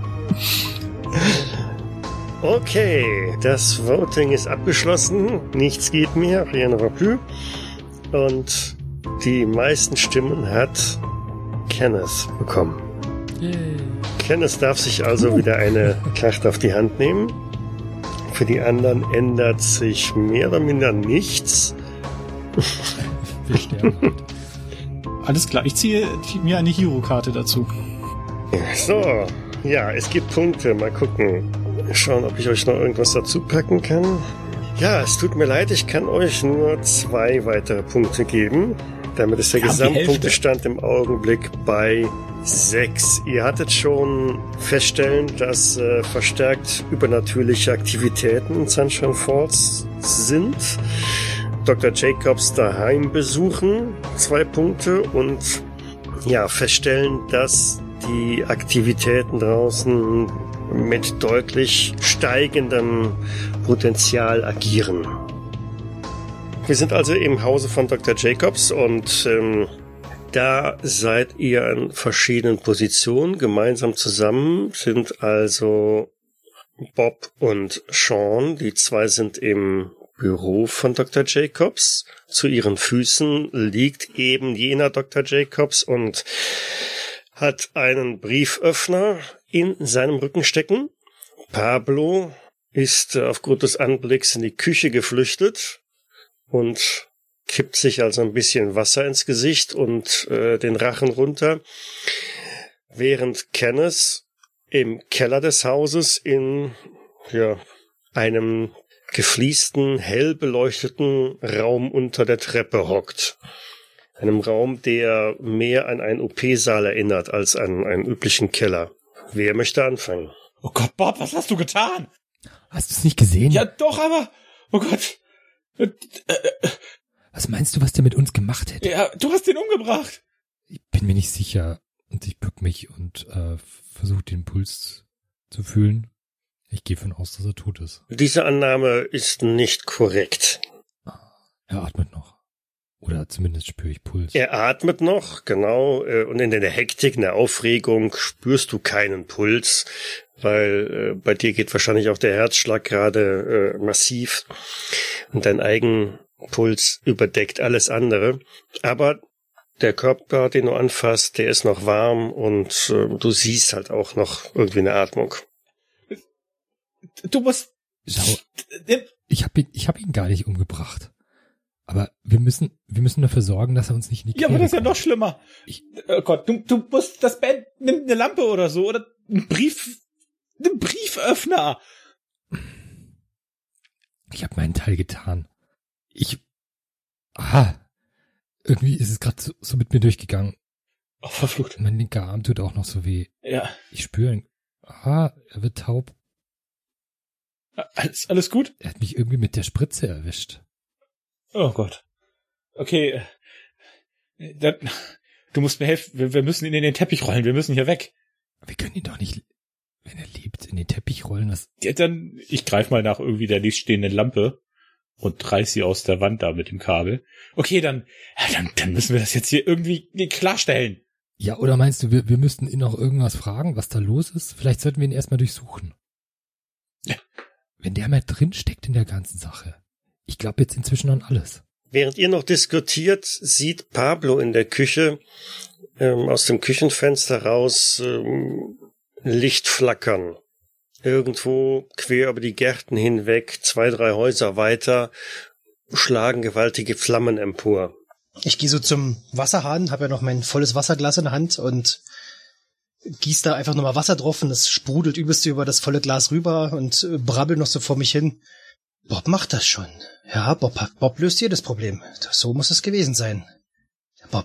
A: Okay, das Voting ist abgeschlossen. Nichts geht mehr, rien ne va plus. Und die meisten Stimmen hat Kenneth bekommen.
E: Yay.
A: Kenneth darf sich also wieder eine Karte auf die Hand nehmen. Für die anderen ändert sich mehr oder minder nichts.
E: Wir sterben halt.
B: Alles klar, ich ziehe mir eine Hero-Karte dazu.
A: So, ja, es gibt Punkte. Mal gucken. Schauen, ob ich euch noch irgendwas dazu packen kann. Ja, es tut mir leid, ich kann euch nur 2 weitere Punkte geben. Damit ist der Gesamtpunktestand im Augenblick bei 6. Ihr hattet schon feststellen, dass verstärkt übernatürliche Aktivitäten in Sunshine Falls sind. Dr. Jacobs daheim besuchen, 2 Punkte. Und ja, feststellen, dass die Aktivitäten draußen mit deutlich steigendem Potenzial agieren. Wir sind also im Hause von Dr. Jacobs und da seid ihr in verschiedenen Positionen gemeinsam zusammen, sind also Bob und Sean, die 2 sind im Büro von Dr. Jacobs. Zu ihren Füßen liegt eben jener Dr. Jacobs und hat einen Brieföffner in seinem Rücken stecken. Pablo ist aufgrund des Anblicks in die Küche geflüchtet und kippt sich also ein bisschen Wasser ins Gesicht und den Rachen runter, während Kenneth im Keller des Hauses in einem gefliesten, hell beleuchteten Raum unter der Treppe hockt. Einem Raum, der mehr an einen OP-Saal erinnert als an einen üblichen Keller. Wer möchte anfangen?
D: Oh Gott, Bob, was hast du getan?
E: Hast du es nicht gesehen?
D: Ja, doch, aber... Oh Gott.
E: Was meinst du, was der mit uns gemacht hätte?
D: Ja, du hast ihn umgebracht.
E: Ich bin mir nicht sicher. Und ich bück mich und versuche den Puls zu fühlen. Ich gehe von aus, dass er tot ist.
A: Diese Annahme ist nicht korrekt.
E: Er atmet noch. Oder zumindest spüre ich Puls.
A: Er atmet noch, genau. Und in der Hektik, in der Aufregung spürst du keinen Puls, weil bei dir geht wahrscheinlich auch der Herzschlag gerade massiv. Und dein Eigenpuls überdeckt alles andere. Aber der Körper, den du anfasst, der ist noch warm und du siehst halt auch noch irgendwie eine Atmung.
D: Du musst...
E: Schau, ich hab ihn gar nicht umgebracht. Aber wir müssen dafür sorgen, dass er uns nicht in die Quere
D: Ja, aber das ist ja
E: kommt.
D: noch schlimmer. Oh Gott, du musst das Band, nimm eine Lampe oder so, oder einen Brieföffner.
E: Ich habe meinen Teil getan. Irgendwie ist es gerade so mit mir durchgegangen.
D: Oh, verflucht.
E: Mein linker Arm tut auch noch so weh.
D: Ja.
E: Ich spüre ihn. Er wird taub.
D: Alles gut?
E: Er hat mich irgendwie mit der Spritze erwischt.
D: Oh Gott. Okay. Du musst mir helfen. Wir müssen ihn in den Teppich rollen. Wir müssen hier weg.
E: Wir können ihn doch nicht, wenn er lebt, in den Teppich rollen.
D: Ja, dann, ich greif mal nach irgendwie der nächststehenden Lampe und reiß sie aus der Wand da mit dem Kabel. Okay, dann müssen wir das jetzt hier irgendwie klarstellen.
E: Ja, oder meinst du, wir müssten ihn noch irgendwas fragen, was da los ist? Vielleicht sollten wir ihn erstmal durchsuchen.
D: Ja.
E: Wenn der mal drin steckt in der ganzen Sache. Ich glaube jetzt inzwischen an alles.
A: Während ihr noch diskutiert, sieht Pablo in der Küche aus dem Küchenfenster raus Licht flackern. Irgendwo quer über die Gärten hinweg, 2, 3 Häuser weiter, schlagen gewaltige Flammen empor.
C: Ich gehe so zum Wasserhahn, habe ja noch mein volles Wasserglas in der Hand und gieß da einfach nochmal Wasser drauf und es sprudelt übelst über das volle Glas rüber und brabbel noch so vor mich hin. Bob macht das schon. Ja, Bob löst jedes Problem. So muss es gewesen sein. Bob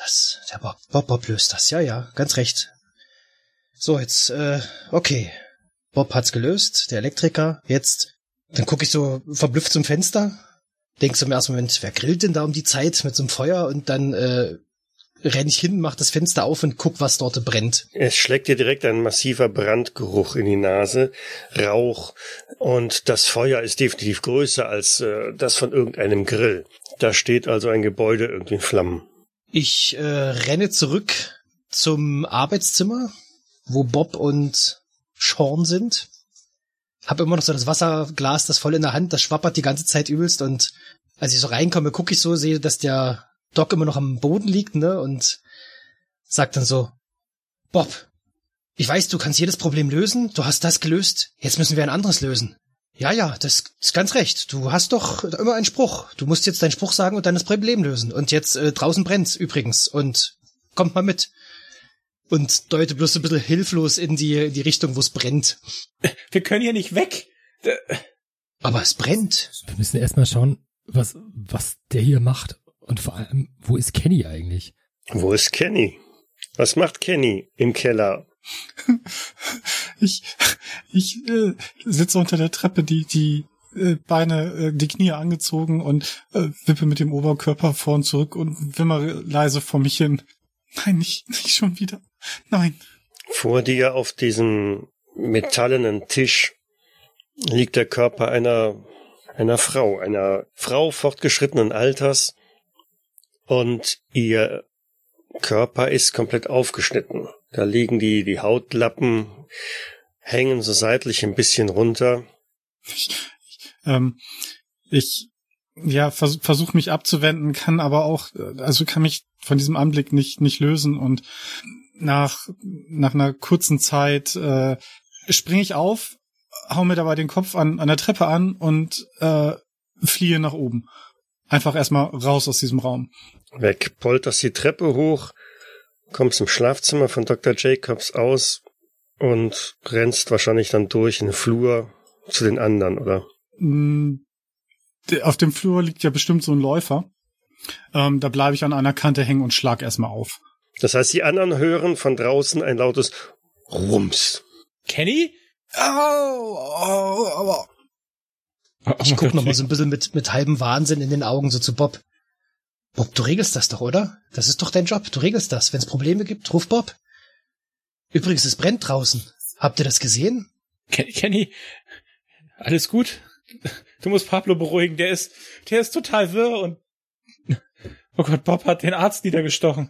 C: löst das. Ja, ganz recht. So, jetzt, okay. Bob hat's gelöst, der Elektriker. Jetzt, dann gucke ich so verblüfft zum Fenster. Denkst du im ersten Moment, wer grillt denn da um die Zeit mit so einem Feuer? Und dann renn ich hin, mach das Fenster auf und guck, was dort brennt.
A: Es schlägt dir direkt ein massiver Brandgeruch in die Nase, Rauch, und das Feuer ist definitiv größer als das von irgendeinem Grill. Da steht also ein Gebäude irgendwie in Flammen.
C: Ich renne zurück zum Arbeitszimmer, wo Bob und Sean sind. Hab immer noch so das Wasserglas, das voll in der Hand, das schwappert die ganze Zeit übelst, und als ich so reinkomme, gucke ich so, sehe, dass der Doc immer noch am Boden liegt, ne, und sagt dann so, Bob, ich weiß, du kannst jedes Problem lösen, du hast das gelöst, jetzt müssen wir ein anderes lösen. Ja, das ist ganz recht, du hast doch immer einen Spruch, du musst jetzt deinen Spruch sagen und dann das Problem lösen. Und jetzt draußen brennt's übrigens und kommt mal mit. Und deute bloß so ein bisschen hilflos in die Richtung, wo es brennt.
D: Wir können hier nicht weg.
C: Aber es brennt.
E: Wir müssen erstmal schauen, was der hier macht. Und vor allem, wo ist Kenny eigentlich?
A: Wo ist Kenny? Was macht Kenny im Keller?
B: Ich sitze unter der Treppe, die Beine, die Knie angezogen und wippe mit dem Oberkörper vor und zurück und wimmer leise vor mich hin. Nein, nicht schon wieder. Nein.
A: Vor dir auf diesem metallenen Tisch liegt der Körper einer Frau fortgeschrittenen Alters, und ihr Körper ist komplett aufgeschnitten. Da liegen die Hautlappen, hängen so seitlich ein bisschen runter.
B: Ich versuche mich abzuwenden, kann aber auch, kann mich von diesem Anblick nicht lösen, und nach einer kurzen Zeit springe ich auf, hau mir dabei den Kopf an der Treppe an und fliehe nach oben. einfach erstmal raus aus diesem Raum.
A: Weg, polterst die Treppe hoch, kommst im Schlafzimmer von Dr. Jacobs aus und rennst wahrscheinlich dann durch in den Flur zu den anderen, oder?
B: Auf dem Flur liegt ja bestimmt so ein Läufer. Da bleibe ich an einer Kante hängen und schlag erstmal auf.
A: Das heißt, die anderen hören von draußen ein lautes Rums.
D: Kenny?
B: Au.
C: Ich guck noch mal so ein bisschen mit halbem Wahnsinn in den Augen so zu Bob. Bob, du regelst das doch, oder? Das ist doch dein Job. Du regelst das. Wenn es Probleme gibt, ruf Bob. Übrigens, es brennt draußen. Habt ihr das gesehen?
D: Kenny, alles gut? Du musst Pablo beruhigen. Der ist total wirr und oh Gott, Bob hat den Arzt niedergestochen.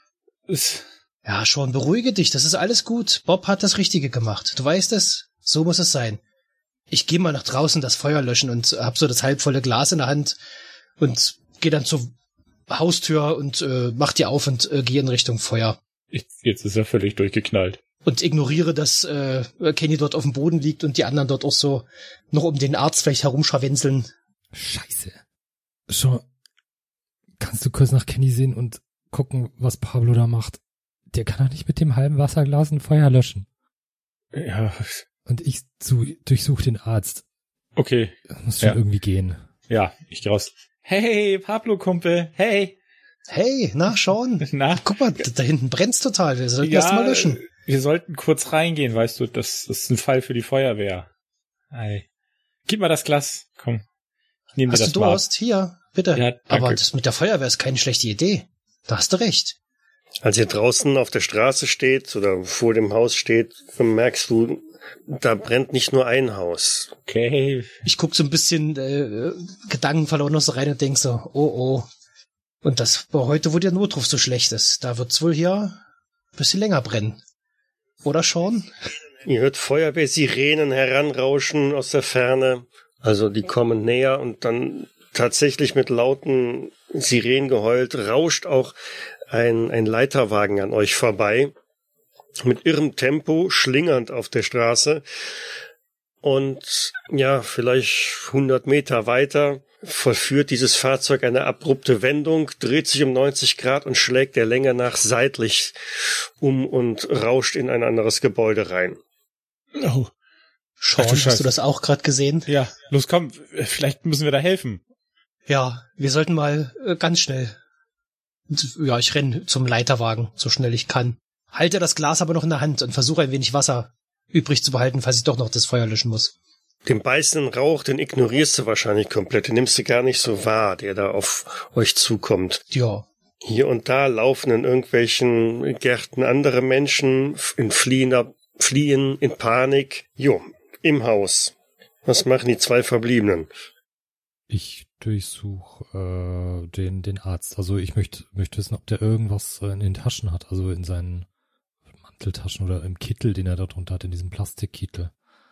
C: Ja, Sean, beruhige dich. Das ist alles gut. Bob hat das Richtige gemacht. Du weißt es. So muss es sein. Ich gehe mal nach draußen das Feuer löschen und hab so das halbvolle Glas in der Hand und gehe dann zur Haustür und mach die auf und gehe in Richtung Feuer.
D: Jetzt ist er völlig durchgeknallt.
C: Und ignoriere, dass Kenny dort auf dem Boden liegt und die anderen dort auch so noch um den Arzt vielleicht herumscharwenzeln.
E: Scheiße. Schon, kannst du kurz nach Kenny sehen und gucken, was Pablo da macht? Der kann doch nicht mit dem halben Wasserglas ein Feuer löschen.
D: Ja.
E: Und ich durchsuche den Arzt.
D: Okay.
E: Das muss schon irgendwie gehen.
D: Ja, ich geh raus. Hey, Pablo-Kumpel, hey.
C: Hey, na, Sean.
D: Na?
C: Guck mal, da hinten brennt's total. Wir sollten erst mal löschen.
D: Wir sollten kurz reingehen, weißt du, das ist ein Fall für die Feuerwehr. Hey. Gib mal das Glas, komm. Ich nehme dir das
C: Hast du Durst? Hier, bitte.
D: Ja, danke.
C: Aber das mit der Feuerwehr ist keine schlechte Idee. Da hast du recht.
A: Als ihr draußen auf der Straße steht oder vor dem Haus steht, merkst du, da brennt nicht nur ein Haus.
D: Okay.
C: Ich guck so ein bisschen gedankenverloren noch so rein und denk so, oh. Und das war heute, wo der Notruf so schlecht ist. Da wird's wohl hier ein bisschen länger brennen. Oder, Sean?
A: Ihr hört Feuerwehrsirenen heranrauschen aus der Ferne. Also die kommen näher und dann tatsächlich mit lauten Sirenengeheult rauscht auch ein Leiterwagen an euch vorbei. Mit irrem Tempo, schlingernd auf der Straße. Und ja, vielleicht 100 Meter weiter vollführt dieses Fahrzeug eine abrupte Wendung, dreht sich um 90 Grad und schlägt der Länge nach seitlich um und rauscht in ein anderes Gebäude rein.
D: Oh.
C: Sean, hast du das auch gerade gesehen?
D: Ja, los komm, vielleicht müssen wir da helfen.
C: Ja, wir sollten mal ganz schnell. Ja, ich renn zum Leiterwagen, so schnell ich kann. Halte das Glas aber noch in der Hand und versuche ein wenig Wasser übrig zu behalten, falls ich doch noch das Feuer löschen muss.
A: Den beißenden Rauch, den ignorierst du wahrscheinlich komplett. Den nimmst du gar nicht so wahr, der da auf euch zukommt.
C: Ja.
A: Hier und da laufen in irgendwelchen Gärten andere Menschen fliehen in Panik. Jo, im Haus. Was machen die zwei Verbliebenen?
E: Ich durchsuche den Arzt. Also ich möchte wissen, ob der irgendwas in den Taschen hat, also in seinen Manteltaschen oder im Kittel, den er da drunter hat, in diesem Plastikkittel.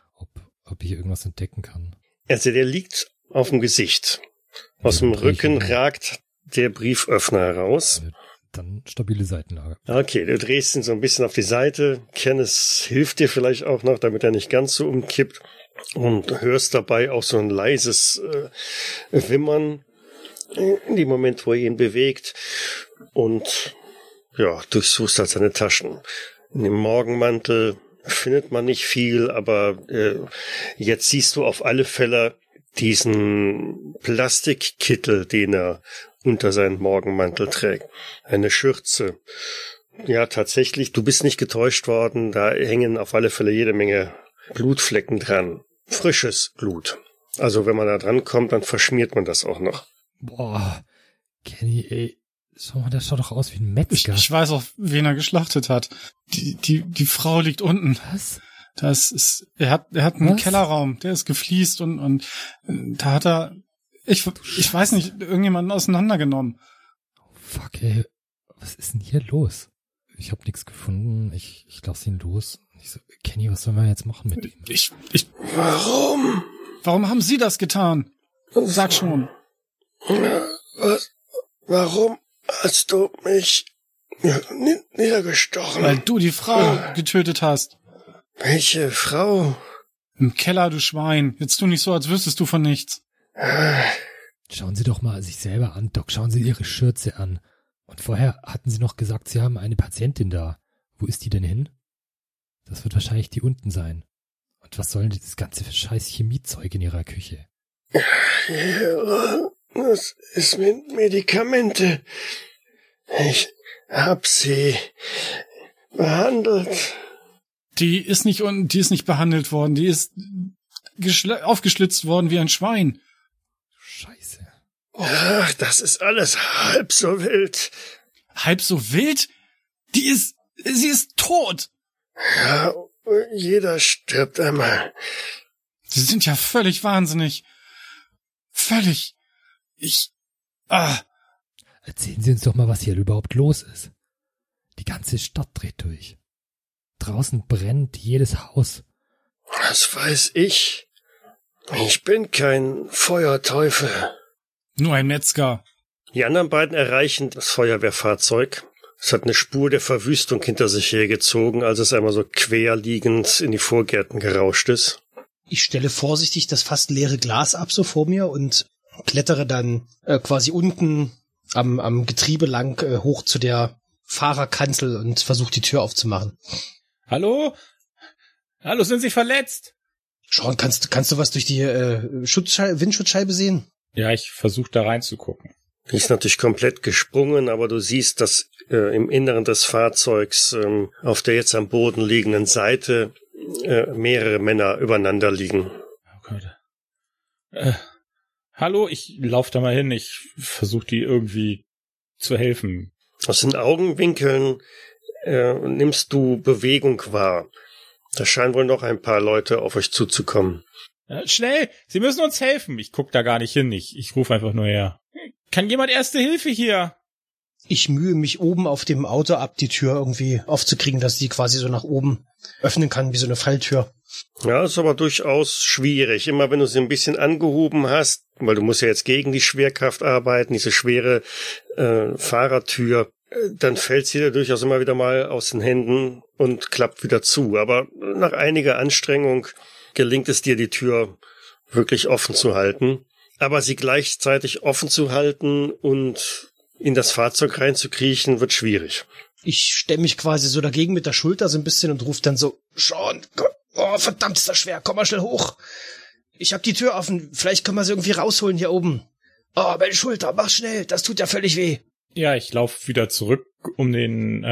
E: Ob ich irgendwas entdecken kann.
A: Also der liegt auf dem Gesicht. Aus dem Rücken ragt der Brieföffner heraus.
E: Dann stabile Seitenlage.
A: Okay, du drehst ihn so ein bisschen auf die Seite. Kenneth hilft dir vielleicht auch noch, damit er nicht ganz so umkippt. Und hörst dabei auch so ein leises Wimmern in dem Moment, wo er ihn bewegt. Und ja, durchsuchst halt seine Taschen. In dem Morgenmantel findet man nicht viel, aber jetzt siehst du auf alle Fälle diesen Plastikkittel, den er unter seinen Morgenmantel trägt. Eine Schürze. Ja, tatsächlich, du bist nicht getäuscht worden. Da hängen auf alle Fälle jede Menge Blutflecken dran. Frisches Blut. Also wenn man da dran kommt, dann verschmiert man das auch noch.
E: Boah, Kenny, ey. Schau mal, der schaut doch aus wie ein Metzger.
B: Ich weiß auch, wen er geschlachtet hat. Die Frau liegt unten.
E: Was?
B: Er hat einen Kellerraum, der ist gefliest und da hat er, ich weiß nicht, irgendjemanden auseinandergenommen.
E: Oh, fuck, ey. Was ist denn hier los? Ich habe nichts gefunden. Ich lass ihn los. Ich so, Kenny, was sollen wir jetzt machen mit ihm?
A: Warum?
B: Warum haben Sie das getan? Sag schon.
A: Was? Warum hast du mich niedergestochen?
B: Weil du die Frau getötet hast.
A: Welche Frau?
B: Im Keller, du Schwein. Jetzt tu nicht so, als wüsstest du von nichts.
E: Schauen Sie doch mal sich selber an, Doc. Schauen Sie Ihre Schürze an. Und vorher hatten Sie noch gesagt, Sie haben eine Patientin da. Wo ist die denn hin? Das wird wahrscheinlich die unten sein. Und was soll denn dieses ganze scheiß Chemiezeug in Ihrer Küche?
A: Ja, das ist mit Medikamente. Ich hab sie behandelt.
B: Die ist nicht behandelt worden. Die ist aufgeschlitzt worden wie ein Schwein.
E: Scheiße.
A: Ach, das ist alles halb so wild.
B: Halb so wild? Sie ist tot.
A: Ja, jeder stirbt einmal.
B: Sie sind ja völlig wahnsinnig. Völlig.
E: Erzählen Sie uns doch mal, was hier überhaupt los ist. Die ganze Stadt dreht durch. Draußen brennt jedes Haus.
A: Was weiß ich? Ich bin kein Feuerteufel.
B: Nur ein Metzger.
A: Die anderen beiden erreichen das Feuerwehrfahrzeug. Es hat eine Spur der Verwüstung hinter sich hergezogen, als es einmal so querliegend in die Vorgärten gerauscht ist.
C: Ich stelle vorsichtig das fast leere Glas ab so vor mir und klettere dann quasi unten am Getriebe lang hoch zu der Fahrerkanzel und versuche die Tür aufzumachen.
D: Hallo? Hallo, sind Sie verletzt?
C: Sean, kannst du was durch die Windschutzscheibe sehen?
D: Ja, ich versuche da reinzugucken.
A: Die ist natürlich komplett gesprungen, aber du siehst, dass im Inneren des Fahrzeugs auf der jetzt am Boden liegenden Seite mehrere Männer übereinander liegen.
D: Oh Gott. Hallo, ich lauf da mal hin. Ich versuche die irgendwie zu helfen.
A: Aus den Augenwinkeln nimmst du Bewegung wahr. Da scheinen wohl noch ein paar Leute auf euch zuzukommen.
D: Schnell, Sie müssen uns helfen. Ich guck da gar nicht hin. Ich rufe einfach nur her. Kann jemand Erste Hilfe hier?
C: Ich mühe mich oben auf dem Auto ab, die Tür irgendwie aufzukriegen, dass die quasi so nach oben öffnen kann, wie so eine Falltür.
A: Ja, ist aber durchaus schwierig. Immer wenn du sie ein bisschen angehoben hast, weil du musst ja jetzt gegen die Schwerkraft arbeiten, diese schwere Fahrertür, dann fällt sie dir durchaus immer wieder mal aus den Händen und klappt wieder zu. Aber nach einiger Anstrengung gelingt es dir, die Tür wirklich offen zu halten. Aber sie gleichzeitig offen zu halten und in das Fahrzeug reinzukriechen, wird schwierig.
C: Ich stemme mich quasi so dagegen mit der Schulter so ein bisschen und rufe dann so, Sean, oh, verdammt ist das schwer, komm mal schnell hoch. Ich hab die Tür offen, vielleicht können wir sie irgendwie rausholen hier oben. Oh, meine Schulter, mach schnell, das tut ja völlig weh.
D: Ja, ich laufe wieder zurück um den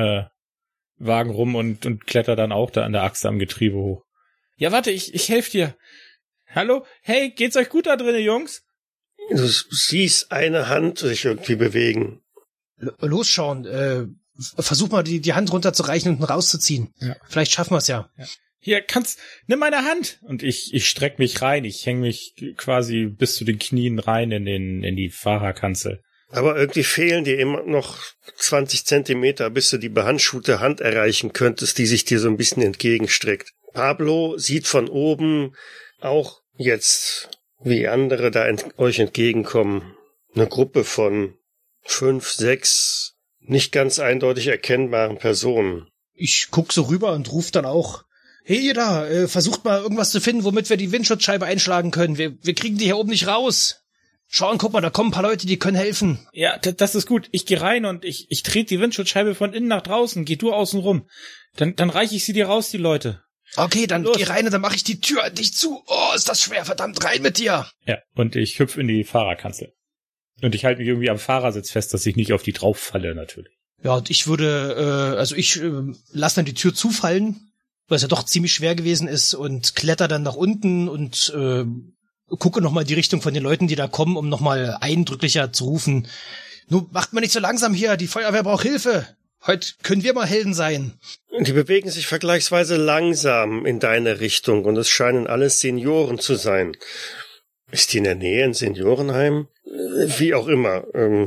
D: Wagen rum und kletter dann auch da an der Achse am Getriebe hoch. Ja, warte, ich helfe dir. Hallo? Hey, geht's euch gut da drinnen, Jungs?
A: Du siehst eine Hand sich irgendwie bewegen.
C: Los, Sean, versuch mal die Hand runterzureichen und rauszuziehen. Ja. Vielleicht schaffen wir es ja.
D: Hier, nimm meine Hand. Und ich streck mich rein. Ich hänge mich quasi bis zu den Knien rein in die Fahrerkanzel.
A: Aber irgendwie fehlen dir immer noch 20 Zentimeter, bis du die behandschuhte Hand erreichen könntest, die sich dir so ein bisschen entgegenstreckt. Pablo sieht von oben auch jetzt, wie andere da euch entgegenkommen. Eine Gruppe von 5, 6 nicht ganz eindeutig erkennbaren Personen.
C: Ich guck so rüber und ruf dann auch, hey ihr da, versucht mal irgendwas zu finden, womit wir die Windschutzscheibe einschlagen können. Wir kriegen die hier oben nicht raus. Schauen, guck mal, da kommen ein paar Leute, die können helfen.
D: Ja, das ist gut. Ich gehe rein und ich trete die Windschutzscheibe von innen nach draußen. Geh du außen rum. Dann reiche ich sie dir raus, die Leute.
C: Okay, dann geh rein und dann mache ich die Tür an dich zu. Oh, ist das schwer, verdammt, rein mit dir.
D: Ja, und ich hüpf in die Fahrerkanzel. Und ich halte mich irgendwie am Fahrersitz fest, dass ich nicht auf die drauf falle, natürlich.
C: Ja, und ich würde, ich lasse dann die Tür zufallen, weil es ja doch ziemlich schwer gewesen ist und kletter dann nach unten und gucke nochmal die Richtung von den Leuten, die da kommen, um nochmal eindrücklicher zu rufen. Nun, macht mal nicht so langsam hier, die Feuerwehr braucht Hilfe. Heute können wir mal Helden sein.
A: Die bewegen sich vergleichsweise langsam in deine Richtung und es scheinen alles Senioren zu sein. Ist die in der Nähe ein Seniorenheim? Wie auch immer.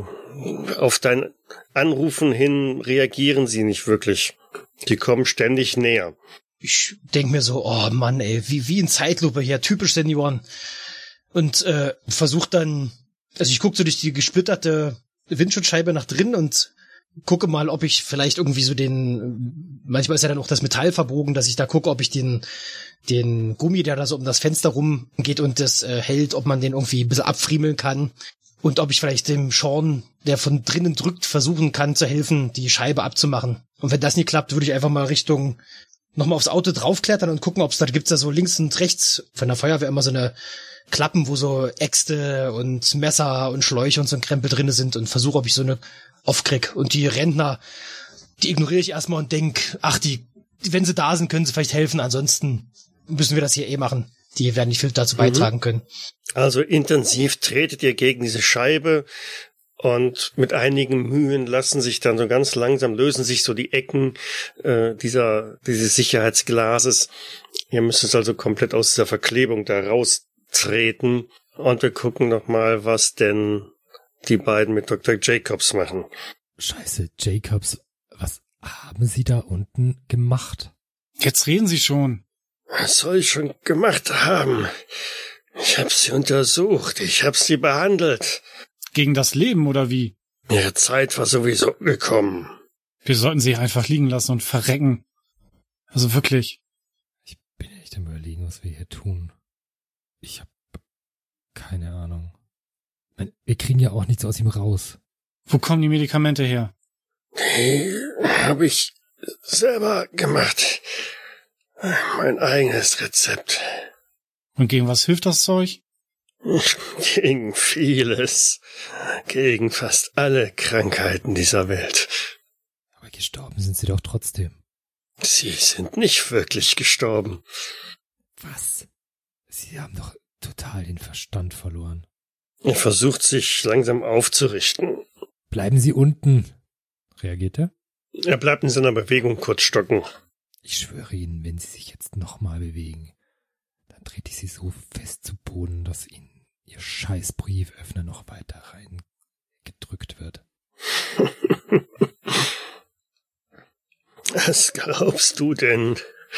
A: Auf dein Anrufen hin reagieren sie nicht wirklich. Die kommen ständig näher.
C: Ich denk mir so, oh Mann, ey, wie in Zeitlupe hier, typisch Senioren. Und versuch dann, also ich guck so durch die gesplitterte Windschutzscheibe nach drin und gucke mal, ob ich vielleicht irgendwie so manchmal ist ja dann auch das Metall verbogen, dass ich da gucke, ob ich den Gummi, der da so um das Fenster rumgeht und das hält, ob man den irgendwie ein bisschen abfriemeln kann. Und ob ich vielleicht dem Sean, der von drinnen drückt, versuchen kann zu helfen, die Scheibe abzumachen. Und wenn das nicht klappt, würde ich einfach mal nochmal aufs Auto draufklettern und gucken, da gibt's da so links und rechts von der Feuerwehr immer so eine Klappen, wo so Äxte und Messer und Schläuche und so ein Krempel drinne sind und versuche, ob ich so eine aufkrieg. Und die Rentner, die ignoriere ich erstmal und denk, wenn sie da sind, können sie vielleicht helfen, ansonsten müssen wir das hier machen. Die werden nicht viel dazu beitragen können.
A: Also intensiv tretet ihr gegen diese Scheibe und mit einigen Mühen lösen sich so die Ecken dieses Sicherheitsglases. Ihr müsst es also komplett aus dieser Verklebung da raustreten. Und wir gucken nochmal, was denn die beiden mit Dr. Jacobs machen.
E: Scheiße, Jacobs, was haben Sie da unten gemacht?
B: Jetzt reden Sie schon.
A: Was soll ich schon gemacht haben? Ich hab sie untersucht, ich hab sie behandelt.
B: Gegen das Leben, oder wie?
A: Ihre Zeit war sowieso gekommen.
B: Wir sollten sie einfach liegen lassen und verrecken. Also wirklich.
E: Ich bin echt am Überlegen, was wir hier tun. Ich hab keine Ahnung. Wir kriegen ja auch nichts aus ihm raus.
B: Wo kommen die Medikamente her?
A: Die hab ich selber gemacht. Mein eigenes Rezept.
B: Und gegen was hilft das Zeug?
A: Gegen vieles. Gegen fast alle Krankheiten dieser Welt.
E: Aber gestorben sind sie doch trotzdem.
A: Sie sind nicht wirklich gestorben.
E: Was? Sie haben doch total den Verstand verloren.
A: Er versucht sich langsam aufzurichten.
E: Bleiben Sie unten. Reagiert er?
A: Er bleibt in seiner Bewegung kurz stocken.
E: Ich schwöre Ihnen, wenn Sie sich jetzt nochmal bewegen, dann trete ich Sie so fest zu Boden, dass Ihnen Ihr scheiß Brieföffner noch weiter reingedrückt wird.
A: Was glaubst du denn?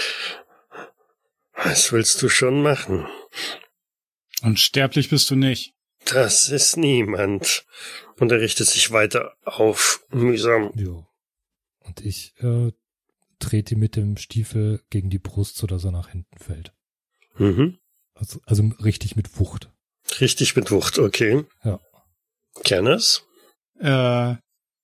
A: Was willst du schon machen?
B: Unsterblich bist du nicht.
A: Das ist niemand. Und er richtet sich weiter auf, mühsam.
E: Ja. Und ich trete mit dem Stiefel gegen die Brust, sodass er nach hinten fällt.
A: Mhm.
E: Also richtig mit Wucht.
A: Richtig mit Wucht, okay.
E: Ja.
A: Kenners?
B: Naja,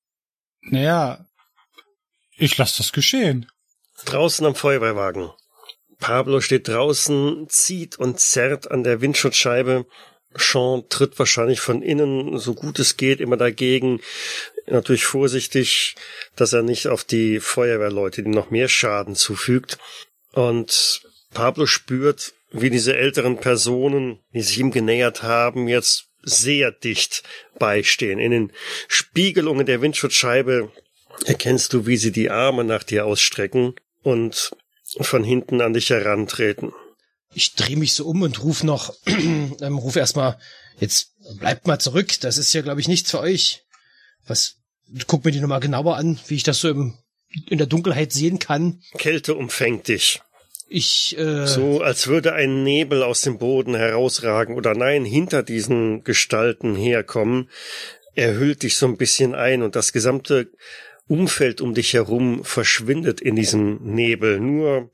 B: ich lasse das geschehen.
A: Draußen am Feuerwehrwagen. Pablo steht draußen, zieht und zerrt an der Windschutzscheibe. Sean tritt wahrscheinlich von innen, so gut es geht, immer dagegen. Natürlich vorsichtig, dass er nicht auf die Feuerwehrleute, die noch mehr Schaden zufügt. Und Pablo spürt, wie diese älteren Personen, die sich ihm genähert haben, jetzt sehr dicht beistehen. In den Spiegelungen der Windschutzscheibe erkennst du, wie sie die Arme nach dir ausstrecken und von hinten an dich herantreten.
C: Ich drehe mich so um und ruf erstmal, jetzt bleibt mal zurück, das ist ja, glaube ich, nichts für euch. Guck mir die nochmal genauer an, wie ich das so in der Dunkelheit sehen kann.
A: Kälte umfängt dich.
C: So,
A: als würde ein Nebel aus dem Boden herausragen oder nein, hinter diesen Gestalten herkommen. Er hüllt dich so ein bisschen ein und das gesamte Umfeld um dich herum verschwindet in diesem Nebel. Nur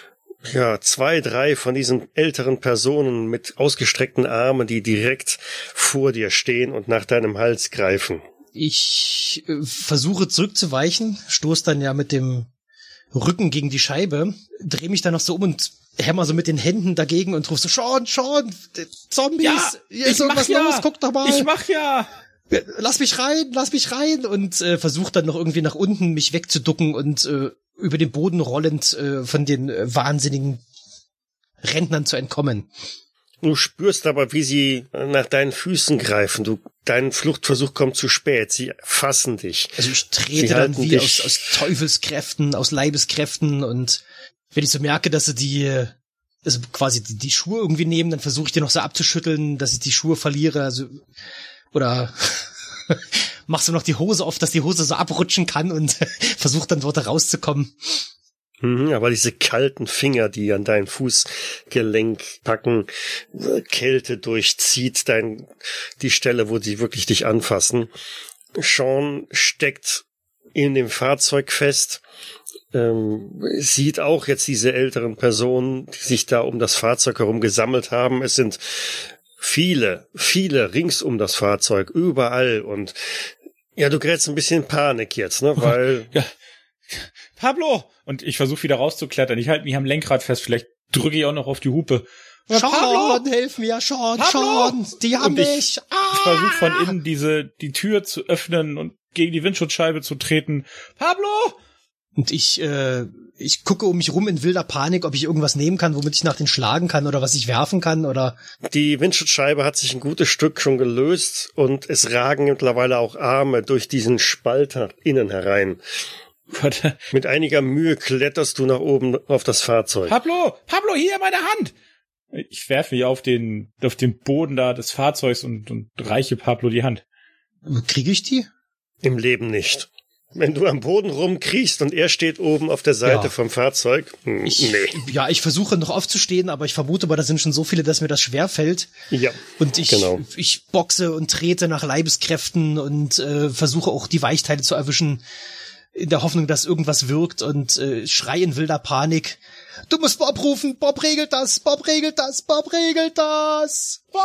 A: 2, 3 von diesen älteren Personen mit ausgestreckten Armen, die direkt vor dir stehen und nach deinem Hals greifen.
C: Ich versuche zurückzuweichen, stoß dann ja mit dem Rücken gegen die Scheibe, drehe mich dann noch so um und hämmer so mit den Händen dagegen und ruf so, Sean, Zombies,
D: ja,
C: hier ist irgendwas los, guck doch mal.
D: Ich mach ja.
C: Lass mich rein und versuch dann noch irgendwie nach unten mich wegzuducken und über den Boden rollend von den wahnsinnigen Rentnern zu entkommen.
A: Du spürst aber, wie sie nach deinen Füßen greifen. Dein Fluchtversuch kommt zu spät. Sie fassen dich.
C: Also ich trete dann wie aus Teufelskräften, aus Leibeskräften und wenn ich so merke, dass sie quasi die Schuhe irgendwie nehmen, dann versuche ich die noch so abzuschütteln, dass ich die Schuhe verliere. Also oder machst du noch die Hose auf, dass die Hose so abrutschen kann und versucht dann dort rauszukommen.
A: Aber diese kalten Finger, die an dein Fußgelenk packen, Kälte durchzieht die Stelle, wo sie wirklich dich anfassen. Sean steckt in dem Fahrzeug fest, sieht auch jetzt diese älteren Personen, die sich da um das Fahrzeug herum gesammelt haben. Es sind Viele rings um das Fahrzeug, überall. Und ja, du gerätst ein bisschen in Panik jetzt, ne? Weil.
D: Ja. Pablo! Und ich versuche wieder rauszuklettern. Ich halte mich am Lenkrad fest. Vielleicht drücke ich auch noch auf die Hupe.
C: Sean, hilf mir, Sean, die haben mich.
D: Ich versuche von innen die Tür zu öffnen und gegen die Windschutzscheibe zu treten. Pablo!
C: Und ich gucke um mich rum in wilder Panik, ob ich irgendwas nehmen kann, womit ich nach den schlagen kann oder was ich werfen kann oder.
A: Die Windschutzscheibe hat sich ein gutes Stück schon gelöst und es ragen mittlerweile auch Arme durch diesen Spalt nach innen herein. Mit einiger Mühe kletterst du nach oben auf das Fahrzeug.
D: Pablo, hier meine Hand! Ich werfe mich auf den Boden da des Fahrzeugs und reiche Pablo die Hand.
C: Kriege ich die?
A: Im Leben nicht. Wenn du am Boden rumkriechst und er steht oben auf der Seite vom Fahrzeug, nee.
C: Ja, ich versuche noch aufzustehen, aber ich vermute mal, da sind schon so viele, dass mir das schwerfällt.
A: Ja,
C: und ich boxe und trete nach Leibeskräften und versuche auch die Weichteile zu erwischen, in der Hoffnung, dass irgendwas wirkt und schrei in wilder Panik. Du musst Bob rufen, Bob regelt das, Bob regelt das, Bob regelt das.
D: Bob!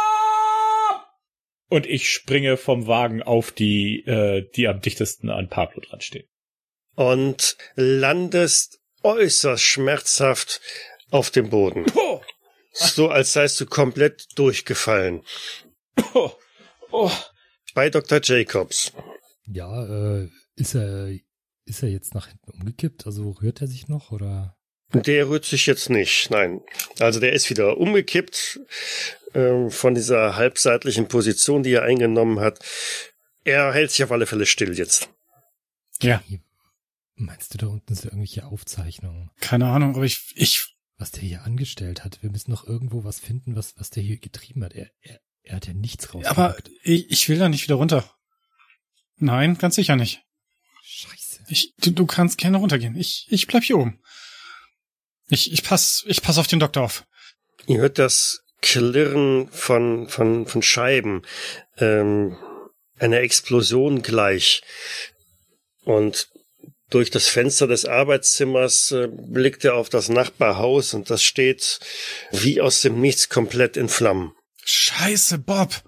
D: Und ich springe vom Wagen auf die am dichtesten an Pablo dran stehen.
A: Und landest äußerst schmerzhaft auf dem Boden.
D: Oh.
A: So, als seist du komplett durchgefallen.
D: Oh.
A: Bei Dr. Jacobs.
E: Ja, ist er jetzt nach hinten umgekippt? Also rührt er sich noch, oder?
A: Der rührt sich jetzt nicht, nein. Also der ist wieder umgekippt von dieser halbseitlichen Position, die er eingenommen hat. Er hält sich auf alle Fälle still jetzt.
B: Ja.
E: Meinst du, da unten sind irgendwelche Aufzeichnungen?
B: Keine Ahnung, aber ich...
E: Was der hier angestellt hat. Wir müssen noch irgendwo was finden, was der hier getrieben hat. Er hat ja nichts rausgekriegt.
B: Aber ich will da nicht wieder runter. Nein, ganz sicher nicht.
E: Scheiße.
B: Du kannst gerne runtergehen. Ich bleib hier oben. Ich pass auf den Doktor auf.
A: Ihr hört das Klirren von Scheiben, einer Explosion gleich. Und durch das Fenster des Arbeitszimmers blickt er auf das Nachbarhaus und das steht wie aus dem Nichts komplett in Flammen.
B: Scheiße, Bob.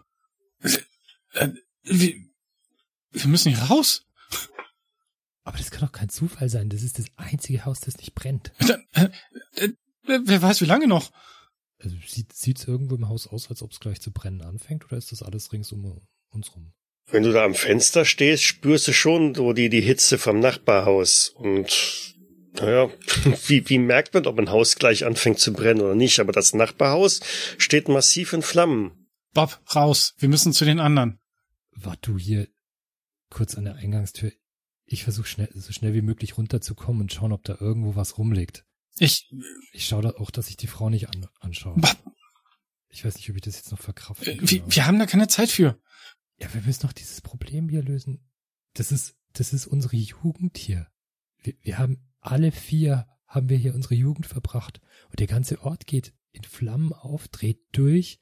B: Wir müssen hier raus.
E: Aber das kann doch kein Zufall sein. Das ist das einzige Haus, das nicht brennt.
B: Wer weiß, wie lange noch?
E: Also sieht's irgendwo im Haus aus, als ob es gleich zu brennen anfängt, oder ist das alles rings um uns rum?
A: Wenn du da am Fenster stehst, spürst du schon so die Hitze vom Nachbarhaus. Und naja, wie merkt man, ob ein Haus gleich anfängt zu brennen oder nicht? Aber das Nachbarhaus steht massiv in Flammen.
B: Bob, raus. Wir müssen zu den anderen.
E: Wart du hier kurz an der Eingangstür? Ich versuche so schnell wie möglich runterzukommen und schauen, ob da irgendwo was rumliegt. Ich schaue da auch, dass ich die Frau nicht anschaue.
B: Bob.
E: Ich weiß nicht, ob ich das jetzt noch verkrafte.
B: Wir haben da keine Zeit für.
E: Ja, wir müssen doch dieses Problem hier lösen. Das ist unsere Jugend hier. Wir haben alle 4 haben wir hier unsere Jugend verbracht. Und der ganze Ort geht in Flammen auf, dreht durch.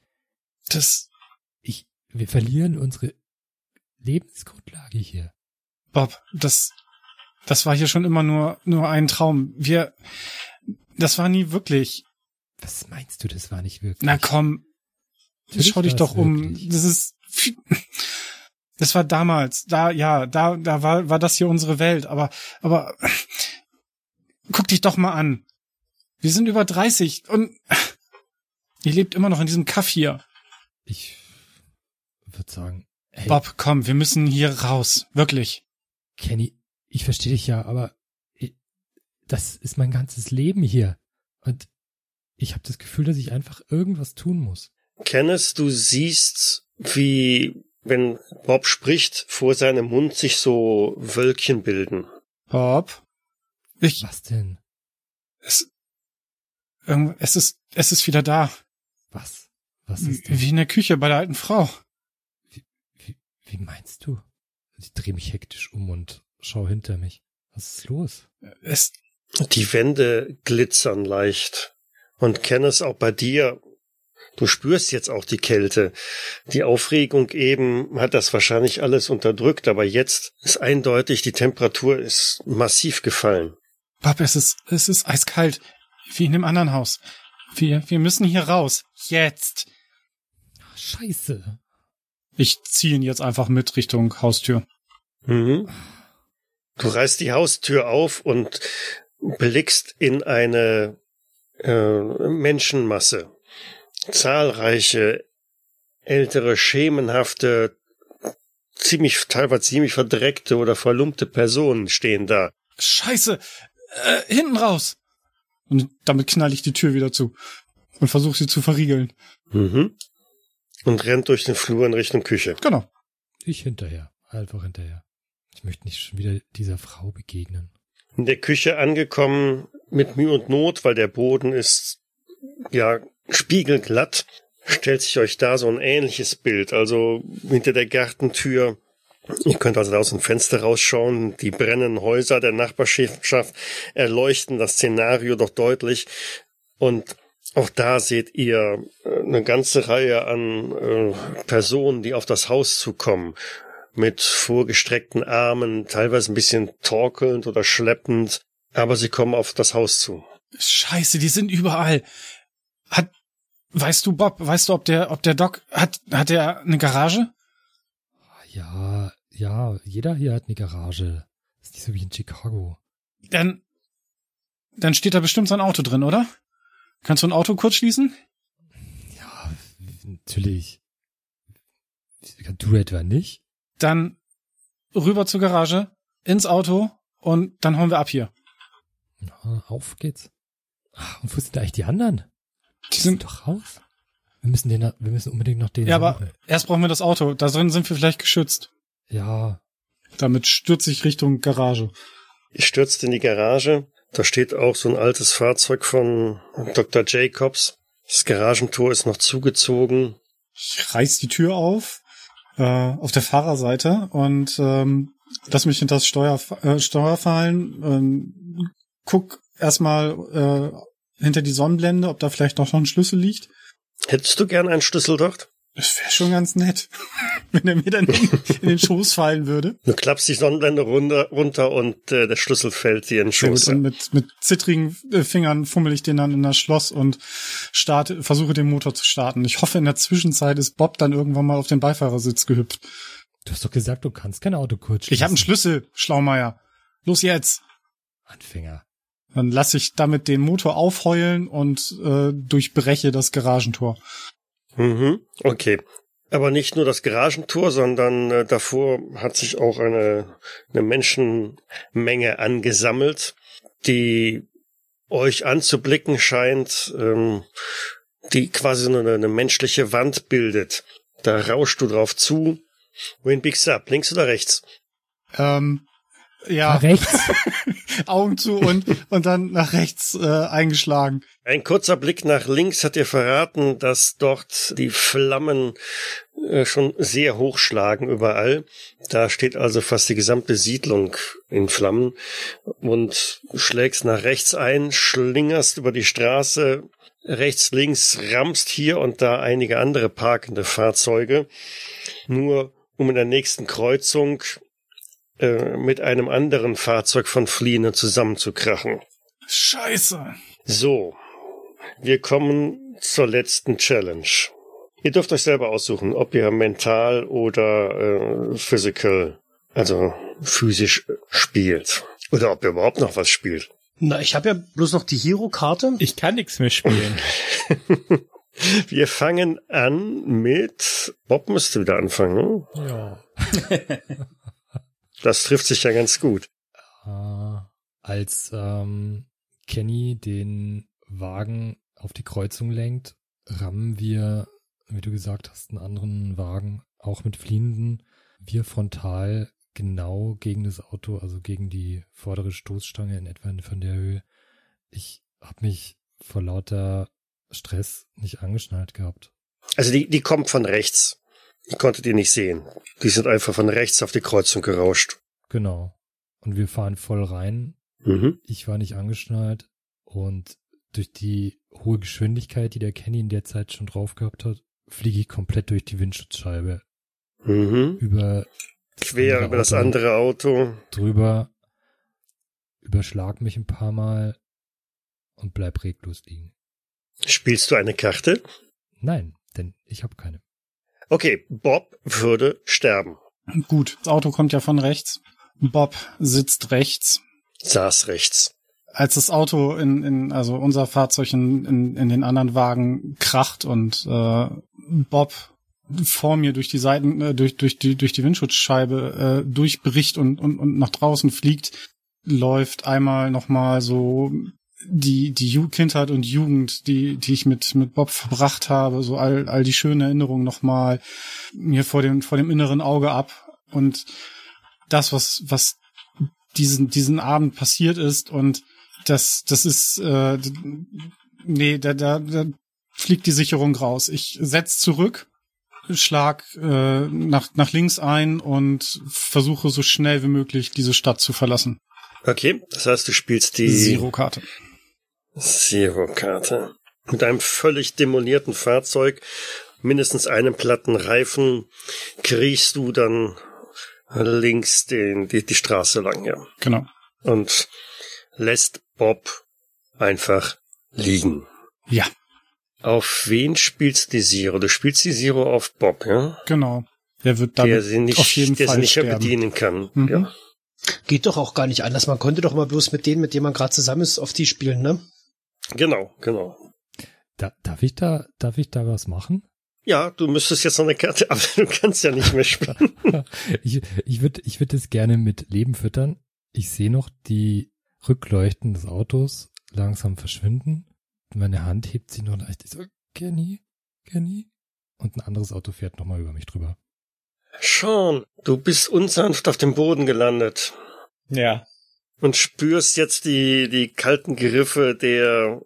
E: Wir verlieren unsere Lebensgrundlage hier.
B: Bob, das war hier schon immer nur ein Traum. Das war nie wirklich.
E: Was meinst du, das war nicht wirklich?
B: Na komm, schau dich doch um. Das war damals, da war das hier unsere Welt, aber guck dich doch mal an. Wir sind über 30 und ihr lebt immer noch in diesem Kaff hier.
E: Ich würde sagen, hey,
B: Bob, komm, wir müssen hier raus, wirklich.
E: Kenny, ich verstehe dich ja, aber das ist mein ganzes Leben hier und ich habe das Gefühl, dass ich einfach irgendwas tun muss.
A: Kenneth, du siehst, wie, wenn Bob spricht, vor seinem Mund sich so Wölkchen bilden.
B: Bob?
E: Was denn?
B: Es ist wieder da.
E: Was? Was ist denn?
B: Wie in der Küche bei der alten Frau.
E: Wie meinst du? Ich drehe mich hektisch um und schaue hinter mich. Was ist los?
A: Die Wände glitzern leicht. Und Kenneth, auch bei dir, du spürst jetzt auch die Kälte. Die Aufregung eben hat das wahrscheinlich alles unterdrückt, aber jetzt ist eindeutig, die Temperatur ist massiv gefallen.
B: Bob, es ist eiskalt, wie in dem anderen Haus. Wir müssen hier raus. Jetzt.
E: Scheiße.
B: Ich ziehe ihn jetzt einfach mit Richtung Haustür.
A: Mhm. Du reißt die Haustür auf und blickst in eine Menschenmasse. Zahlreiche ältere, schemenhafte, teilweise ziemlich verdreckte oder verlumpte Personen stehen da.
B: Scheiße! Hinten raus! Und damit knall ich die Tür wieder zu und versuche sie zu verriegeln.
A: Mhm. Und rennt durch den Flur in Richtung Küche.
B: Genau.
E: Ich hinterher. Einfach hinterher. Ich möchte nicht schon wieder dieser Frau begegnen.
A: In der Küche angekommen, mit Mühe und Not, weil der Boden ist, ja, spiegelglatt, stellt sich euch da so ein ähnliches Bild. Also hinter der Gartentür, ihr könnt also da aus dem Fenster rausschauen, die brennenden Häuser der Nachbarschaft erleuchten das Szenario doch deutlich. Und auch da seht ihr eine ganze Reihe an Personen, die auf das Haus zukommen, mit vorgestreckten Armen, teilweise ein bisschen torkelnd oder schleppend, aber sie kommen auf das Haus zu.
B: Scheiße, die sind überall. Weißt du, Bob, ob der Doc, hat der eine Garage?
E: Ja, jeder hier hat eine Garage. Ist nicht so wie in Chicago.
B: Dann steht da bestimmt sein Auto drin, oder? Kannst du ein Auto kurz schließen?
E: Ja, natürlich. Du etwa nicht?
B: Dann rüber zur Garage, ins Auto und dann hauen wir ab hier.
E: Na, auf geht's. Und wo sind da eigentlich die anderen?
B: Die sind
E: doch raus. Wir müssen unbedingt noch den
B: Ja,
E: suchen.
B: aber erst brauchen wir das Auto. Da drin sind wir vielleicht geschützt.
E: Ja.
B: Damit stürze ich Richtung Garage.
A: Ihr stürzt in die Garage. Da steht auch so ein altes Fahrzeug von Dr. Jacobs. Das Garagentor ist noch zugezogen.
B: Ich reiß die Tür auf der Fahrerseite und lass mich hinter das Steuer fallen. Guck erstmal hinter die Sonnenblende, ob da vielleicht noch ein Schlüssel liegt.
A: Hättest du gern einen Schlüssel dort?
B: Das wäre schon ganz nett, wenn er mir dann in den Schoß fallen würde.
A: Du klappst die Sonnenblende runter und der Schlüssel fällt dir in den Schoß.
B: Sehr gut. Und mit zittrigen Fingern fummel ich den dann in das Schloss und versuche den Motor zu starten. Ich hoffe, in der Zwischenzeit ist Bob dann irgendwann mal auf den Beifahrersitz gehüpft.
E: Du hast doch gesagt, du kannst kein Auto kurz schließen.
B: Ich habe einen Schlüssel, Schlaumeier. Los jetzt!
E: Anfänger.
B: Dann lasse ich damit den Motor aufheulen und durchbreche das Garagentor.
A: Mhm, okay. Aber nicht nur das Garagentor, sondern davor hat sich auch eine Menschenmenge angesammelt, die euch anzublicken scheint, die quasi so eine menschliche Wand bildet. Da rauschst du drauf zu. Wohin biegst du ab? Links oder rechts?
B: Ja,
E: rechts.
B: Augen zu und dann nach rechts eingeschlagen.
A: Ein kurzer Blick nach links hat dir verraten, dass dort die Flammen schon sehr hoch schlagen überall. Da steht also fast die gesamte Siedlung in Flammen und schlägst nach rechts ein, schlingerst über die Straße, rechts, links, rammst hier und da einige andere parkende Fahrzeuge, nur um in der nächsten Kreuzung mit einem anderen Fahrzeug von Fliehenden zusammenzukrachen.
B: Scheiße.
A: So, wir kommen zur letzten Challenge. Ihr dürft euch selber aussuchen, ob ihr mental oder physical, also physisch spielt. Oder ob ihr überhaupt noch was spielt.
C: Na, ich habe ja bloß noch die Hero-Karte.
D: Ich kann nichts mehr spielen.
A: Wir fangen an mit... Bob müsste wieder anfangen.
E: Ja.
A: Das trifft sich ja ganz gut.
E: Als Kenny den Wagen auf die Kreuzung lenkt, rammen wir, wie du gesagt hast, einen anderen Wagen, auch mit Fliehenden, wir frontal genau gegen das Auto, also gegen die vordere Stoßstange in etwa von der Höhe. Ich habe mich vor lauter Stress nicht angeschnallt gehabt.
A: Also die kommt von rechts. Die konntet ihr nicht sehen. Die sind einfach von rechts auf die Kreuzung gerauscht.
E: Genau. Und wir fahren voll rein.
A: Mhm.
E: Ich war nicht angeschnallt und durch die hohe Geschwindigkeit, die der Kenny in der Zeit schon drauf gehabt hat, fliege ich komplett durch die Windschutzscheibe.
A: Mhm. Quer über das andere Auto.
E: Drüber, überschlag mich ein paar Mal und bleib reglos liegen.
A: Spielst du eine Karte?
E: Nein, denn ich habe keine.
A: Okay, Bob würde sterben.
B: Gut, das Auto kommt ja von rechts. Bob sitzt rechts.
A: Saß rechts.
B: Als das Auto also unser Fahrzeug in den anderen Wagen kracht und Bob vor mir durch die Seiten, durch die Windschutzscheibe durchbricht und nach draußen fliegt, läuft einmal nochmal so die Kindheit und Jugend, die ich mit Bob verbracht habe, so all die schönen Erinnerungen nochmal mir vor dem inneren Auge ab. Und das, was diesen Abend passiert ist, und das ist, da fliegt die Sicherung raus. Ich setz zurück, schlag nach links ein und versuche so schnell wie möglich diese Stadt zu verlassen.
A: Okay, das heißt, du spielst die
B: Zero-Karte.
A: Zero-Karte. Mit einem völlig demolierten Fahrzeug, mindestens einem platten Reifen, kriechst du dann links die Straße lang, ja.
B: Genau.
A: Und lässt Bob einfach liegen.
B: Ja.
A: Auf wen spielst du die Zero? Du spielst die Zero auf Bob, ja?
B: Genau. Der wird damit auf jeden Fall
A: nicht mehr
B: sterben.
A: bedienen kann.
B: Mhm.
A: Ja.
C: Geht doch auch gar nicht anders. Man konnte doch mal bloß mit denen, mit denen man gerade zusammen ist, auf die spielen, ne?
A: Genau.
E: Darf ich da was machen?
A: Ja, du müsstest jetzt noch eine Karte, aber du kannst ja nicht mehr spielen.
E: Ich würd das gerne mit Leben füttern. Ich sehe noch die Rückleuchten des Autos langsam verschwinden. Meine Hand hebt sich noch leicht. Ich so, Kenny. Und ein anderes Auto fährt nochmal über mich drüber.
A: Sean, du bist unsanft auf dem Boden gelandet.
D: Ja.
A: Und spürst jetzt die kalten Griffe der,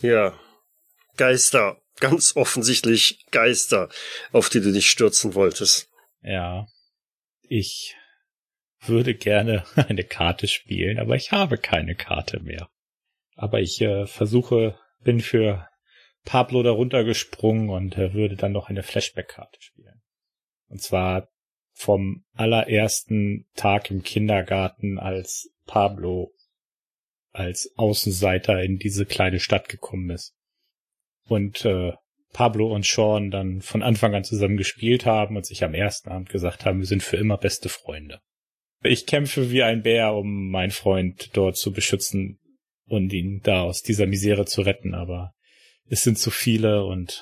A: Geister. Ganz offensichtlich Geister, auf die du dich stürzen wolltest.
D: Ja. Ich würde gerne eine Karte spielen, aber ich habe keine Karte mehr. Aber ich bin für Pablo da runtergesprungen und würde dann noch eine Flashback-Karte spielen. Und zwar vom allerersten Tag im Kindergarten, als Pablo als Außenseiter in diese kleine Stadt gekommen ist. Und Pablo und Sean dann von Anfang an zusammen gespielt haben und sich am ersten Abend gesagt haben, wir sind für immer beste Freunde. Ich kämpfe wie ein Bär, um meinen Freund dort zu beschützen und ihn da aus dieser Misere zu retten, aber es sind zu viele und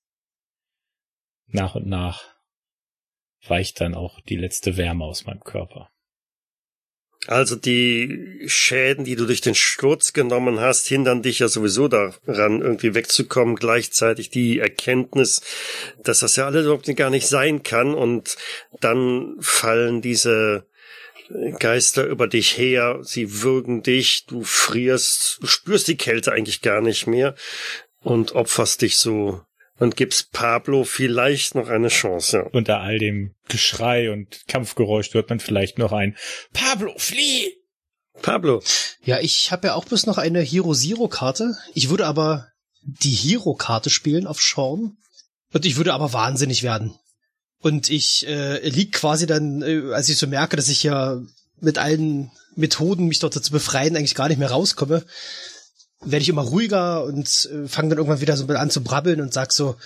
D: nach weicht dann auch die letzte Wärme aus meinem Körper.
A: Also die Schäden, die du durch den Sturz genommen hast, hindern dich ja sowieso daran, irgendwie wegzukommen. Gleichzeitig die Erkenntnis, dass das ja alles überhaupt gar nicht sein kann. Und dann fallen diese Geister über dich her, sie würgen dich, du frierst, du spürst die Kälte eigentlich gar nicht mehr und opferst dich so und gibst Pablo vielleicht noch eine Chance. Ja.
D: Unter all dem Geschrei und Kampfgeräusch hört man vielleicht noch ein Pablo, flieh!
A: Pablo.
C: Ja, ich habe ja auch bloß noch eine Hero-Zero-Karte. Ich würde aber die Hero-Karte spielen auf Sean. Und ich würde aber wahnsinnig werden. Und ich lieg quasi dann, als ich so merke, dass ich ja mit allen Methoden, mich dort zu befreien, eigentlich gar nicht mehr rauskomme, werde ich immer ruhiger und fange dann irgendwann wieder so an zu brabbeln und sag so,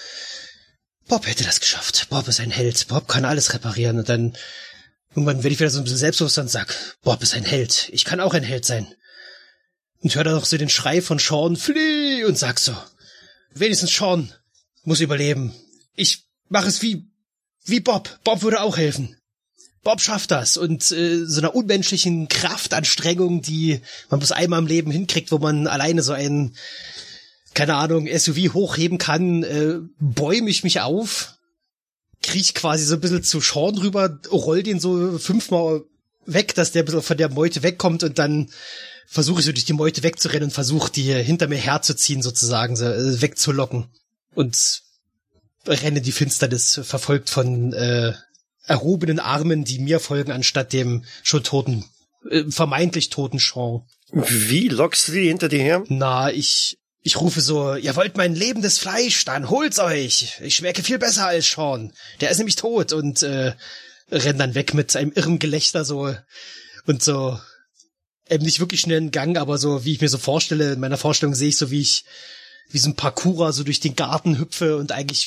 C: Bob hätte das geschafft. Bob ist ein Held. Bob kann alles reparieren. Und dann irgendwann werde ich wieder so ein bisschen selbstbewusst und sag, Bob ist ein Held. Ich kann auch ein Held sein. Und höre dann noch so den Schrei von Sean, flieh! Und sag so, wenigstens Sean muss überleben. Ich mache es wie Bob. Bob würde auch helfen. Bob schafft das. Und so einer unmenschlichen Kraftanstrengung, die man bloß einmal im Leben hinkriegt, wo man alleine so ein, keine Ahnung, SUV hochheben kann, bäume ich mich auf, kriech quasi so ein bisschen zu Sean rüber, roll den so 5-mal weg, dass der ein bisschen von der Meute wegkommt und dann versuche ich so durch die Meute wegzurennen und versuche die hinter mir herzuziehen sozusagen, so wegzulocken. Und renne die Finsternis, verfolgt von erhobenen Armen, die mir folgen, anstatt dem schon toten, vermeintlich toten Sean.
A: Wie lockst du die hinter dir her?
C: Na, ich rufe so, ihr wollt mein lebendes Fleisch, dann holt's euch. Ich schmecke viel besser als Sean. Der ist nämlich tot und renn dann weg mit einem irren Gelächter so und so eben nicht wirklich schnellen Gang, aber so, wie ich mir so vorstelle, in meiner Vorstellung sehe ich so, wie so ein Parkourer so durch den Garten hüpfe und eigentlich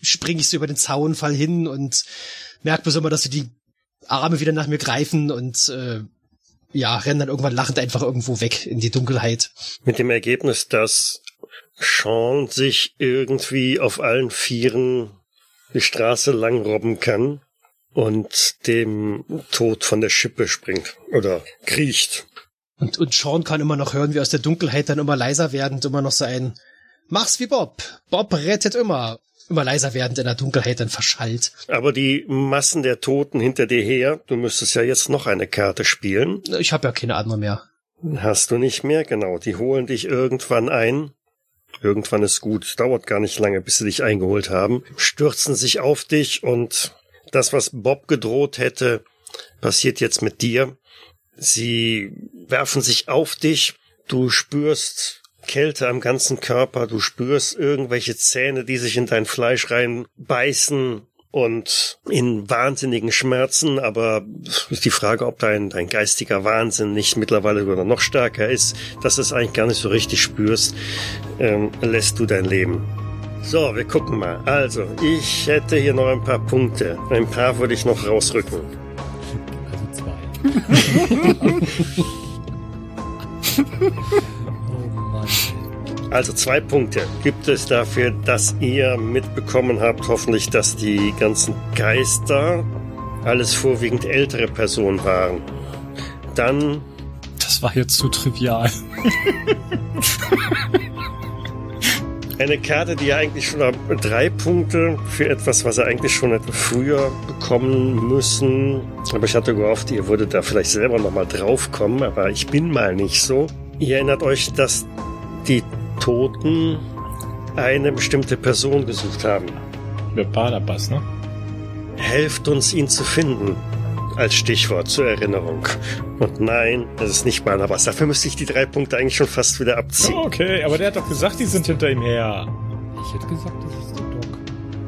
C: springe ich so über den Zaun, fall hin und merke bloß immer, dass so die Arme wieder nach mir greifen und rennen dann irgendwann lachend einfach irgendwo weg in die Dunkelheit.
A: Mit dem Ergebnis, dass Sean sich irgendwie auf allen Vieren die Straße lang robben kann und dem Tod von der Schippe springt oder kriecht.
C: Und Sean kann immer noch hören, wie aus der Dunkelheit dann immer leiser werdend immer noch so ein Mach's wie Bob. Bob rettet immer leiser werdend in der Dunkelheit dann verschallt.
A: Aber die Massen der Toten hinter dir her, du müsstest ja jetzt noch eine Karte spielen.
C: Ich habe ja keine andere mehr.
A: Hast du nicht mehr, genau. Die holen dich irgendwann ein. Irgendwann ist gut, dauert gar nicht lange, bis sie dich eingeholt haben. Stürzen sich auf dich und das, was Bob gedroht hätte, passiert jetzt mit dir. Sie werfen sich auf dich, du spürst Kälte am ganzen Körper, du spürst irgendwelche Zähne, die sich in dein Fleisch reinbeißen und in wahnsinnigen Schmerzen, aber ist die Frage, ob dein geistiger Wahnsinn nicht mittlerweile sogar noch stärker ist, dass du es eigentlich gar nicht so richtig spürst, lässt du dein Leben. So, wir gucken mal. Also, ich hätte hier noch ein paar Punkte. Ein paar würde ich noch rausrücken.
E: Also 2. Oh Mann.
A: Also 2 Punkte gibt es dafür, dass ihr mitbekommen habt, hoffentlich, dass die ganzen Geister alles vorwiegend ältere Personen waren. Dann...
B: Das war jetzt zu trivial.
A: Eine Karte, die ja eigentlich schon 3 Punkte für etwas, was ihr eigentlich schon etwas früher bekommen müssen. Aber ich hatte gehofft, ihr würdet da vielleicht selber nochmal draufkommen, aber ich bin mal nicht so. Ihr erinnert euch, dass die Toten eine bestimmte Person gesucht haben.
D: Mit Barnabas, ne?
A: Helft uns, ihn zu finden. Als Stichwort zur Erinnerung. Und nein, es ist nicht Barnabas. Dafür müsste ich die 3 Punkte eigentlich schon fast wieder abziehen.
D: Okay, aber der hat doch gesagt, die sind hinter ihm her.
E: Ich hätte gesagt, das ist der Doc.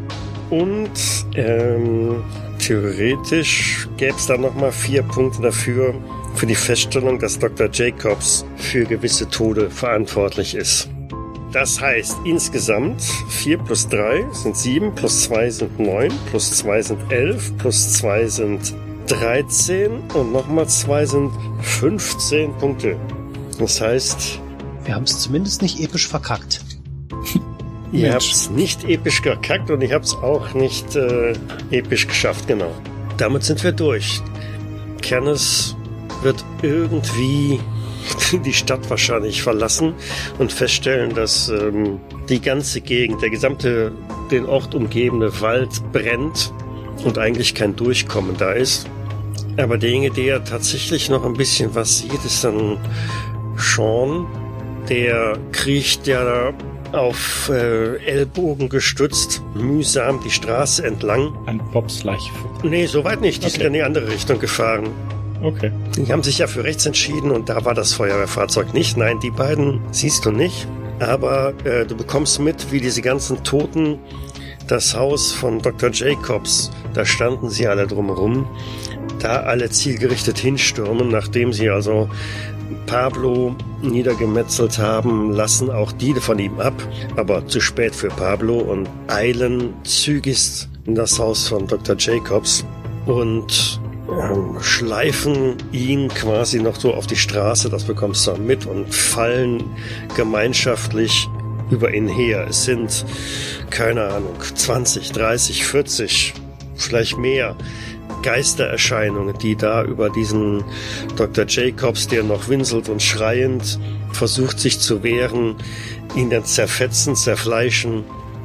A: Und theoretisch gäbe es da nochmal 4 Punkte dafür, für die Feststellung, dass Dr. Jacobs für gewisse Tode verantwortlich ist. Das heißt, insgesamt 4 plus 3 sind 7, plus 2 sind 9, plus 2 sind 11, plus 2 sind 13 und nochmal 2 sind 15 Punkte. Das heißt...
C: Wir haben es zumindest nicht episch verkackt.
A: Ihr habt es nicht episch verkackt und ich habe es auch nicht episch geschafft, genau. Damit sind wir durch. Kenneth wird irgendwie die Stadt wahrscheinlich verlassen und feststellen, dass die ganze Gegend, der gesamte den Ort umgebende Wald brennt und eigentlich kein Durchkommen da ist. Aber derjenige, der tatsächlich noch ein bisschen was sieht, ist dann Sean. Der kriecht ja auf Ellbogen gestützt, mühsam die Straße entlang.
D: An Bobs Leiche.
A: Nee, soweit nicht. Die sind in die andere Richtung gefahren.
D: Okay.
A: Die haben sich ja für rechts entschieden und da war das Feuerwehrfahrzeug nicht. Nein, die beiden siehst du nicht. Aber du bekommst mit, wie diese ganzen Toten das Haus von Dr. Jacobs, da standen sie alle drumherum, da alle zielgerichtet hinstürmen, nachdem sie also Pablo niedergemetzelt haben, lassen auch die von ihm ab, aber zu spät für Pablo und eilen zügigst in das Haus von Dr. Jacobs und schleifen ihn quasi noch so auf die Straße, das bekommst du mit, und fallen gemeinschaftlich über ihn her. Es sind, keine Ahnung, 20, 30, 40, vielleicht mehr Geistererscheinungen, die da über diesen Dr. Jacobs, der noch winselt und schreiend versucht sich zu wehren, ihn dann zerfetzen, zerfleischen.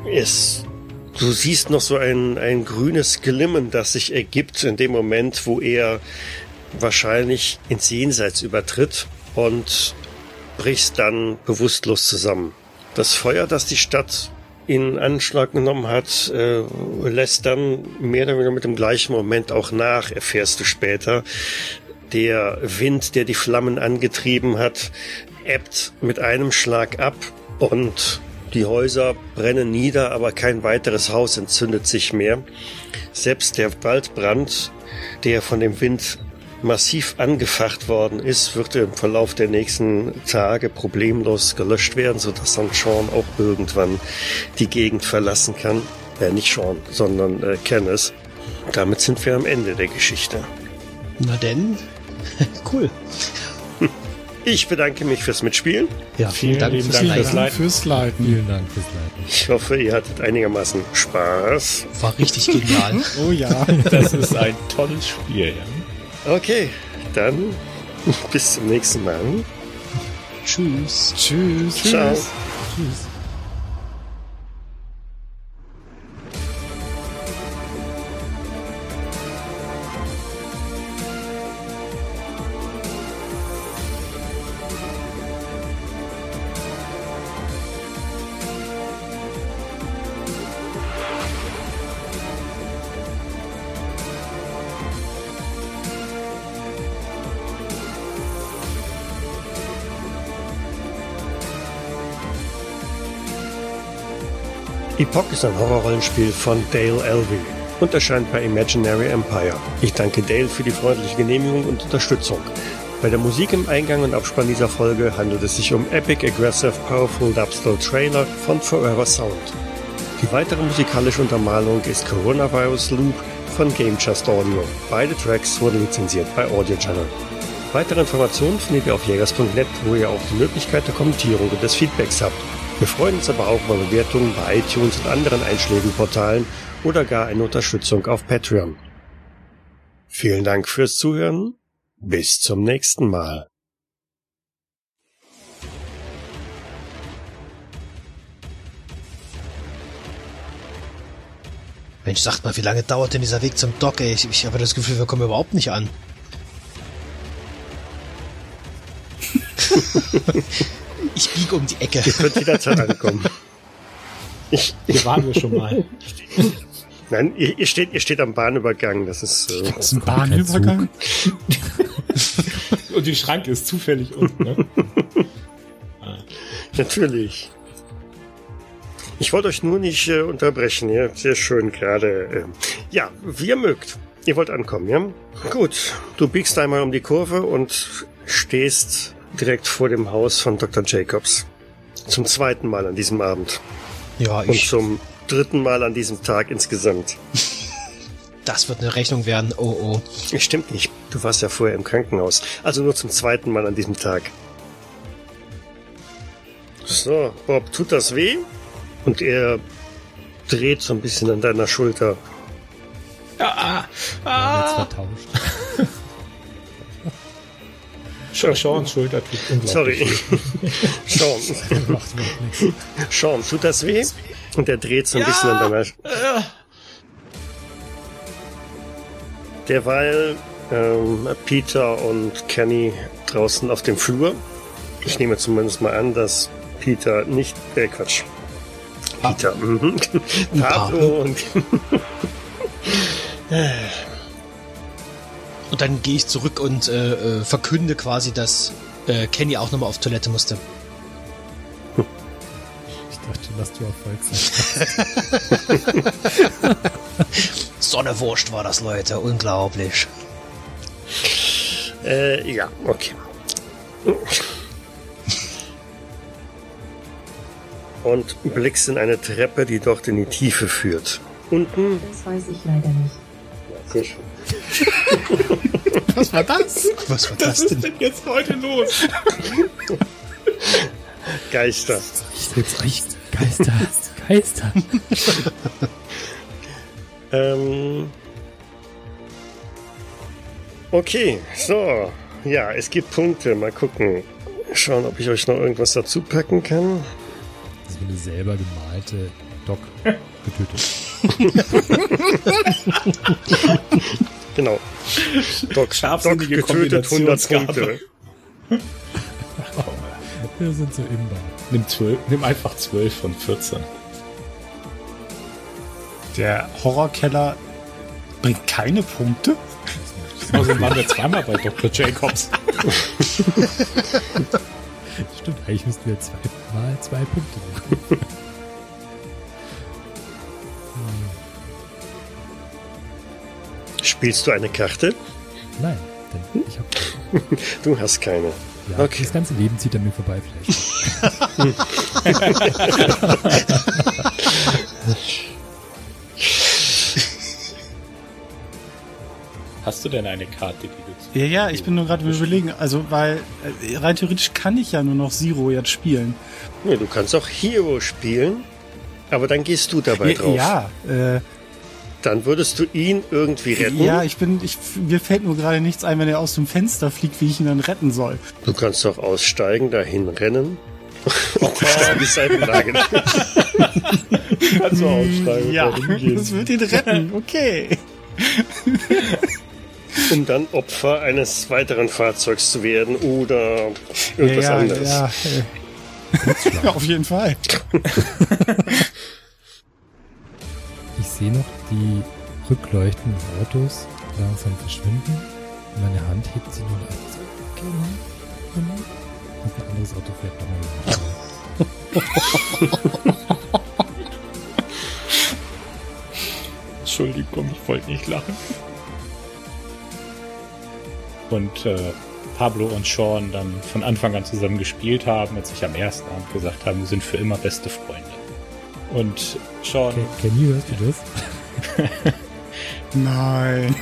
A: Du siehst noch so ein grünes Glimmen, das sich ergibt in dem Moment, wo er wahrscheinlich ins Jenseits übertritt und brichst dann bewusstlos zusammen. Das Feuer, das die Stadt in Anschlag genommen hat, lässt dann mehr oder weniger mit dem gleichen Moment auch nach, erfährst du später. Der Wind, der die Flammen angetrieben hat, ebbt mit einem Schlag ab und die Häuser brennen nieder, aber kein weiteres Haus entzündet sich mehr. Selbst der Waldbrand, der von dem Wind massiv angefacht worden ist, wird im Verlauf der nächsten Tage problemlos gelöscht werden, sodass dann Sean auch irgendwann die Gegend verlassen kann. Nicht Sean, sondern Kenneth. Damit sind wir am Ende der Geschichte.
C: Na denn, cool.
A: Ich bedanke mich fürs Mitspielen.
C: Ja, vielen Dank
D: lieben
C: fürs
D: Dank
C: Leiten.
B: Fürs Leiten.
E: Vielen Dank fürs Leiten.
A: Ich hoffe, ihr hattet einigermaßen Spaß.
C: War richtig genial.
B: Oh ja.
D: Das ist ein tolles Spiel. Ja.
A: Okay, dann bis zum nächsten Mal.
C: Tschüss.
B: Tschüss.
A: Ciao.
E: Tschüss.
A: Epoch ist ein Horrorrollenspiel von Dale Elvey und erscheint bei Imaginary Empire. Ich danke Dale für die freundliche Genehmigung und Unterstützung. Bei der Musik im Eingang und Abspann dieser Folge handelt es sich um Epic Aggressive Powerful Dubstep Trailer von Forever Sound. Die weitere musikalische Untermalung ist Coronavirus Loop von Game Just Audio. Beide Tracks wurden lizenziert bei Audio Channel. Weitere Informationen findet ihr auf jägers.net, wo ihr auch die Möglichkeit der Kommentierung und des Feedbacks habt. Wir freuen uns aber auch über Bewertungen bei iTunes und anderen Einschlägenportalen oder gar eine Unterstützung auf Patreon. Vielen Dank fürs Zuhören. Bis zum nächsten Mal.
C: Mensch, sagt mal, wie lange dauert denn dieser Weg zum Dock, ey? Ich habe das Gefühl, wir kommen überhaupt nicht an. Ich biege um die Ecke.
A: Ihr könnt jederzeit ankommen.
D: Hier waren wir schon mal.
A: Nein, ihr steht am Bahnübergang. Das ist
B: Das ist ein Bahnübergang.
D: Und die Schranke ist zufällig unten, ne?
A: natürlich. Ich wollte euch nur nicht unterbrechen. Ja? Sehr schön gerade. Ja, wie ihr mögt. Ihr wollt ankommen, ja? Gut, du biegst einmal um die Kurve und stehst direkt vor dem Haus von Dr. Jacobs. Zum zweiten Mal an diesem Abend.
C: Ja,
A: Und zum dritten Mal an diesem Tag insgesamt.
C: das wird eine Rechnung werden. Oh, oh.
A: Stimmt nicht. Du warst ja vorher im Krankenhaus. Also nur zum zweiten Mal an diesem Tag. So, Bob, tut das weh? Und er dreht so ein bisschen an deiner Schulter.
E: Wir haben jetzt vertauscht.
D: Sean's Schulter tut unglaublich.
A: Sorry. Sean.
E: Macht überhaupt nichts.
A: Sean, tut das weh? Und er dreht so ein bisschen an deiner... Derweil Peter und Kenny draußen auf dem Flur. Ich nehme zumindest mal an, dass Peter nicht... Quatsch. Peter. Pablo und...
C: Und dann gehe ich zurück und verkünde quasi, dass Kenny auch nochmal auf Toilette musste.
E: Ich dachte schon, dass du Erfolg hast.
C: Sonnewurst war das, Leute. Unglaublich.
A: Ja, okay. Und blickst in eine Treppe, die dort in die Tiefe führt. Unten...
F: Das weiß ich leider nicht.
A: Ja, sehr schön.
B: Was war das?
C: Was war
D: Was
C: das
D: ist
C: denn?
D: denn jetzt heute los?
A: Geister.
E: Jetzt echt Geister. Geister.
A: Okay, so. Ja, es gibt Punkte. Mal gucken. Schauen, ob ich euch noch irgendwas dazu packen kann.
E: So eine selber gemalte Doc getötet.
A: Genau. Doc
D: Scharfsinnige
A: getötet, 100
D: Kombinationsgabe.
A: Punkte.
E: Wir sind so imbar.
D: Nimm einfach 12 von 14.
B: Der Horrorkeller bringt keine Punkte.
D: Außerdem waren wir zweimal bei Dr. Jacobs.
E: Stimmt, eigentlich müssten wir mal 2 Punkte bekommen.
A: Spielst du eine Karte?
E: Nein, denn ich habe
A: Du hast keine.
E: ja,
A: Okay.
E: das ganze Leben zieht an mir vorbei vielleicht.
D: Hast du denn eine Karte, die du...
B: Ja, ich bin nur gerade überlegen, also weil rein theoretisch kann ich ja nur noch Zero jetzt spielen.
A: Ja, du kannst auch Hero spielen, aber dann gehst du dabei drauf.
B: Ja,
A: Dann würdest du ihn irgendwie retten.
B: Ja, mir fällt nur gerade nichts ein, wenn er aus dem Fenster fliegt, wie ich ihn dann retten soll.
A: Du kannst doch aussteigen, dahin rennen und die Seitenlage.
D: Kannst du aufsteigen?
B: Ja, das wird ihn retten, okay.
A: Um dann Opfer eines weiteren Fahrzeugs zu werden oder irgendwas anderes.
B: Ja, auf jeden Fall.
E: Ich sehe noch die rückleuchtenden Autos langsam verschwinden. Meine Hand hebt sie nun ab. Okay, und ein anderes Auto fährt nochmal.
D: Entschuldigung, ich wollte nicht lachen. Und Pablo und Sean dann von Anfang an zusammen gespielt haben, als sich am ersten Abend gesagt haben, wir sind für immer beste Freunde. Und Sean...
E: Kenny, hörst du das?
B: Nein.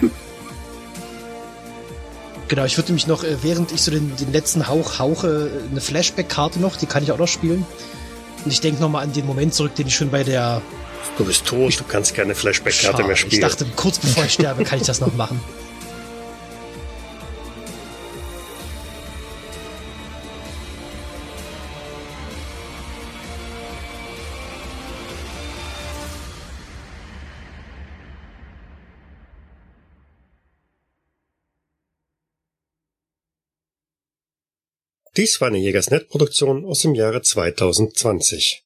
C: Genau, ich würde mich noch, während ich so den letzten Hauch hauche, eine Flashback-Karte noch, die kann ich auch noch spielen. Und ich denke nochmal an den Moment zurück, den ich schon bei der...
A: Du bist tot, du kannst keine Flashback-Karte mehr spielen.
C: Ich dachte, kurz bevor ich sterbe, kann ich das noch machen.
A: Dies war eine Jägersnet-Produktion aus dem Jahre 2020.